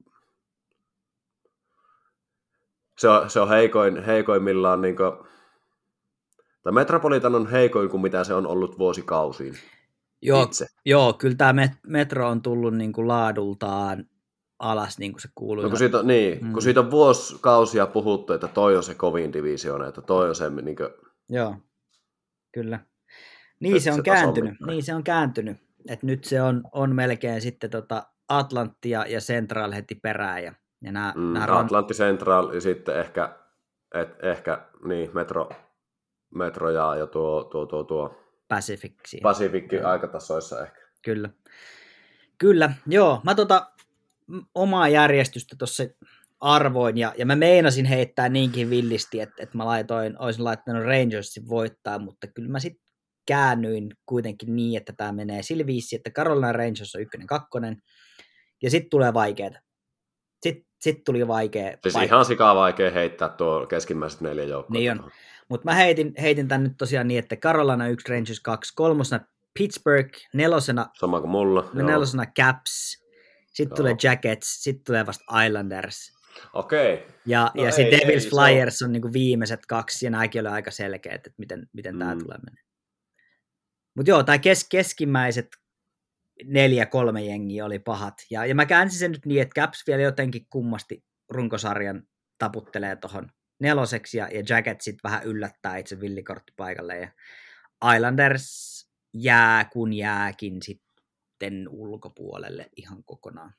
se on heikoimmillaan niin kuin, tai Metropolitan on heikoin kuin mitä se on ollut vuosikausiin. Joo, kyllä tämä Metro on tullut niin kuin laadultaan alas, niin kuin se kuuluu. No, kun siitä on vuosikausia puhuttu, että toi on se kovin divisioona, että toi on se niin kuin, joo, kyllä. Niin se on kääntynyt. Että nyt se on melkein sitten Atlanttia ja Central heti perään. Ja nämä Atlantti, Central ja sitten ehkä niin, Metro ja tuo Pacific aikatasoissa ehkä. Kyllä, joo. Mä omaa järjestystä tuossa arvoin ja mä meinasin heittää niinkin villisti, että mä olisin laittanut Rangersin voittaa, mutta kyllä mä sitten käännyin kuitenkin niin, että tämä menee sillä viisi, että Carolina Rangers on 1-2, ja sitten tulee vaikeeta. Sitten tuli vaikea. Siis ihan sikaa vaikea heittää tuo keskimmäiset 4 joukkoa. Niin on. Mutta mä heitin tämän nyt tosiaan niin, että Carolina 1, Rangers 2, 3. Pittsburgh, 4. Sama kuin mulla. 4. Caps, sitten tulee Jackets, sitten tulee vasta Islanders. Okei. Ja sitten Devils Flyers on niinku viimeiset 2, ja nämäkin oli aika selkeät, että miten tämä tulee mennä. Mutta joo, tämä keskimmäiset 4-3 jengiä oli pahat. Ja mä käänsin sen nyt niin, että Caps vielä jotenkin kummasti runkosarjan taputtelee tuohon 4 ja Jacket sitten vähän yllättää itse villikorttipaikalle. Ja Islanders jää kun jääkin sitten ulkopuolelle ihan kokonaan.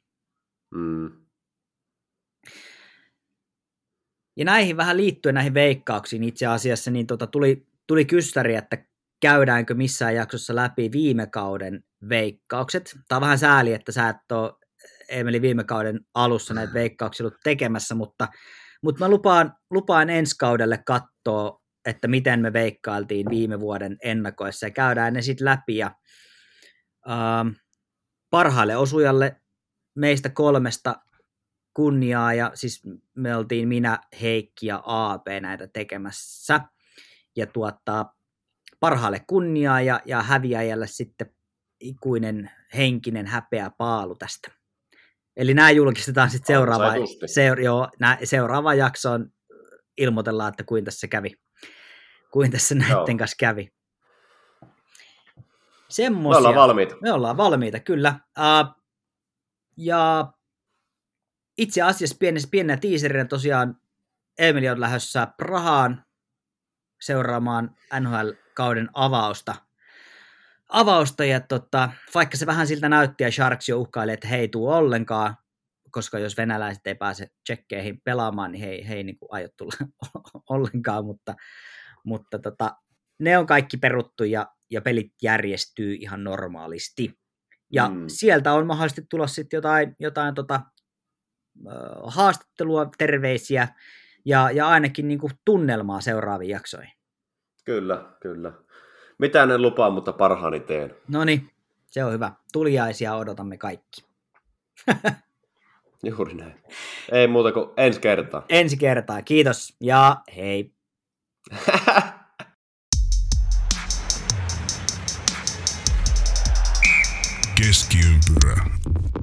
Ja näihin vähän liittyen näihin veikkauksiin itse asiassa, niin tuli kyssäri, että käydäänkö missään jaksossa läpi viime kauden veikkaukset. Tämä on vähän sääli, että sä et ole, Emeli, viime kauden alussa näitä veikkauksia ollut tekemässä, mutta mä lupaan ensi kaudelle katsoa, että miten me veikkailtiin viime vuoden ennakoissa, ja käydään ne sitten läpi, ja parhaalle osujalle meistä 3 kunniaa, ja siis me oltiin minä, Heikki ja AP näitä tekemässä, ja parhaalle kunniaa, ja häviäjälle sitten ikuinen henkinen häpeä paalu tästä. Eli nämä julkistetaan sitten seuraavaan jaksoon, ilmoitellaan, että kuin tässä kävi. Kuin tässä näiden kanssa kävi. Semmosia. Me ollaan valmiita. Me ollaan valmiita, kyllä. Ja itse asiassa pienenä tiiserinä tosiaan Emeli on lähdössä Prahaan seuraamaan NHL-kauden avausta ja vaikka se vähän siltä näytti ja Sharks jo uhkaili, että he ei tule ollenkaan, koska jos venäläiset ei pääse tsekkeihin pelaamaan, niin he ei niin kuin aio tulla ollenkaan, mutta ne on kaikki peruttu ja pelit järjestyy ihan normaalisti. Ja sieltä on mahdollisesti tulossa sitten jotain haastattelua, terveisiä ja ainakin niin kuin tunnelmaa seuraaviin jaksoihin. Kyllä. Mitään en lupaa, mutta parhaani teen. Noniin, se on hyvä. Tuliaisia odotamme kaikki. Juuri näin. Ei muuta kuin ensi kertaa. Ensi kertaa, kiitos ja hei. Keskiympyrä.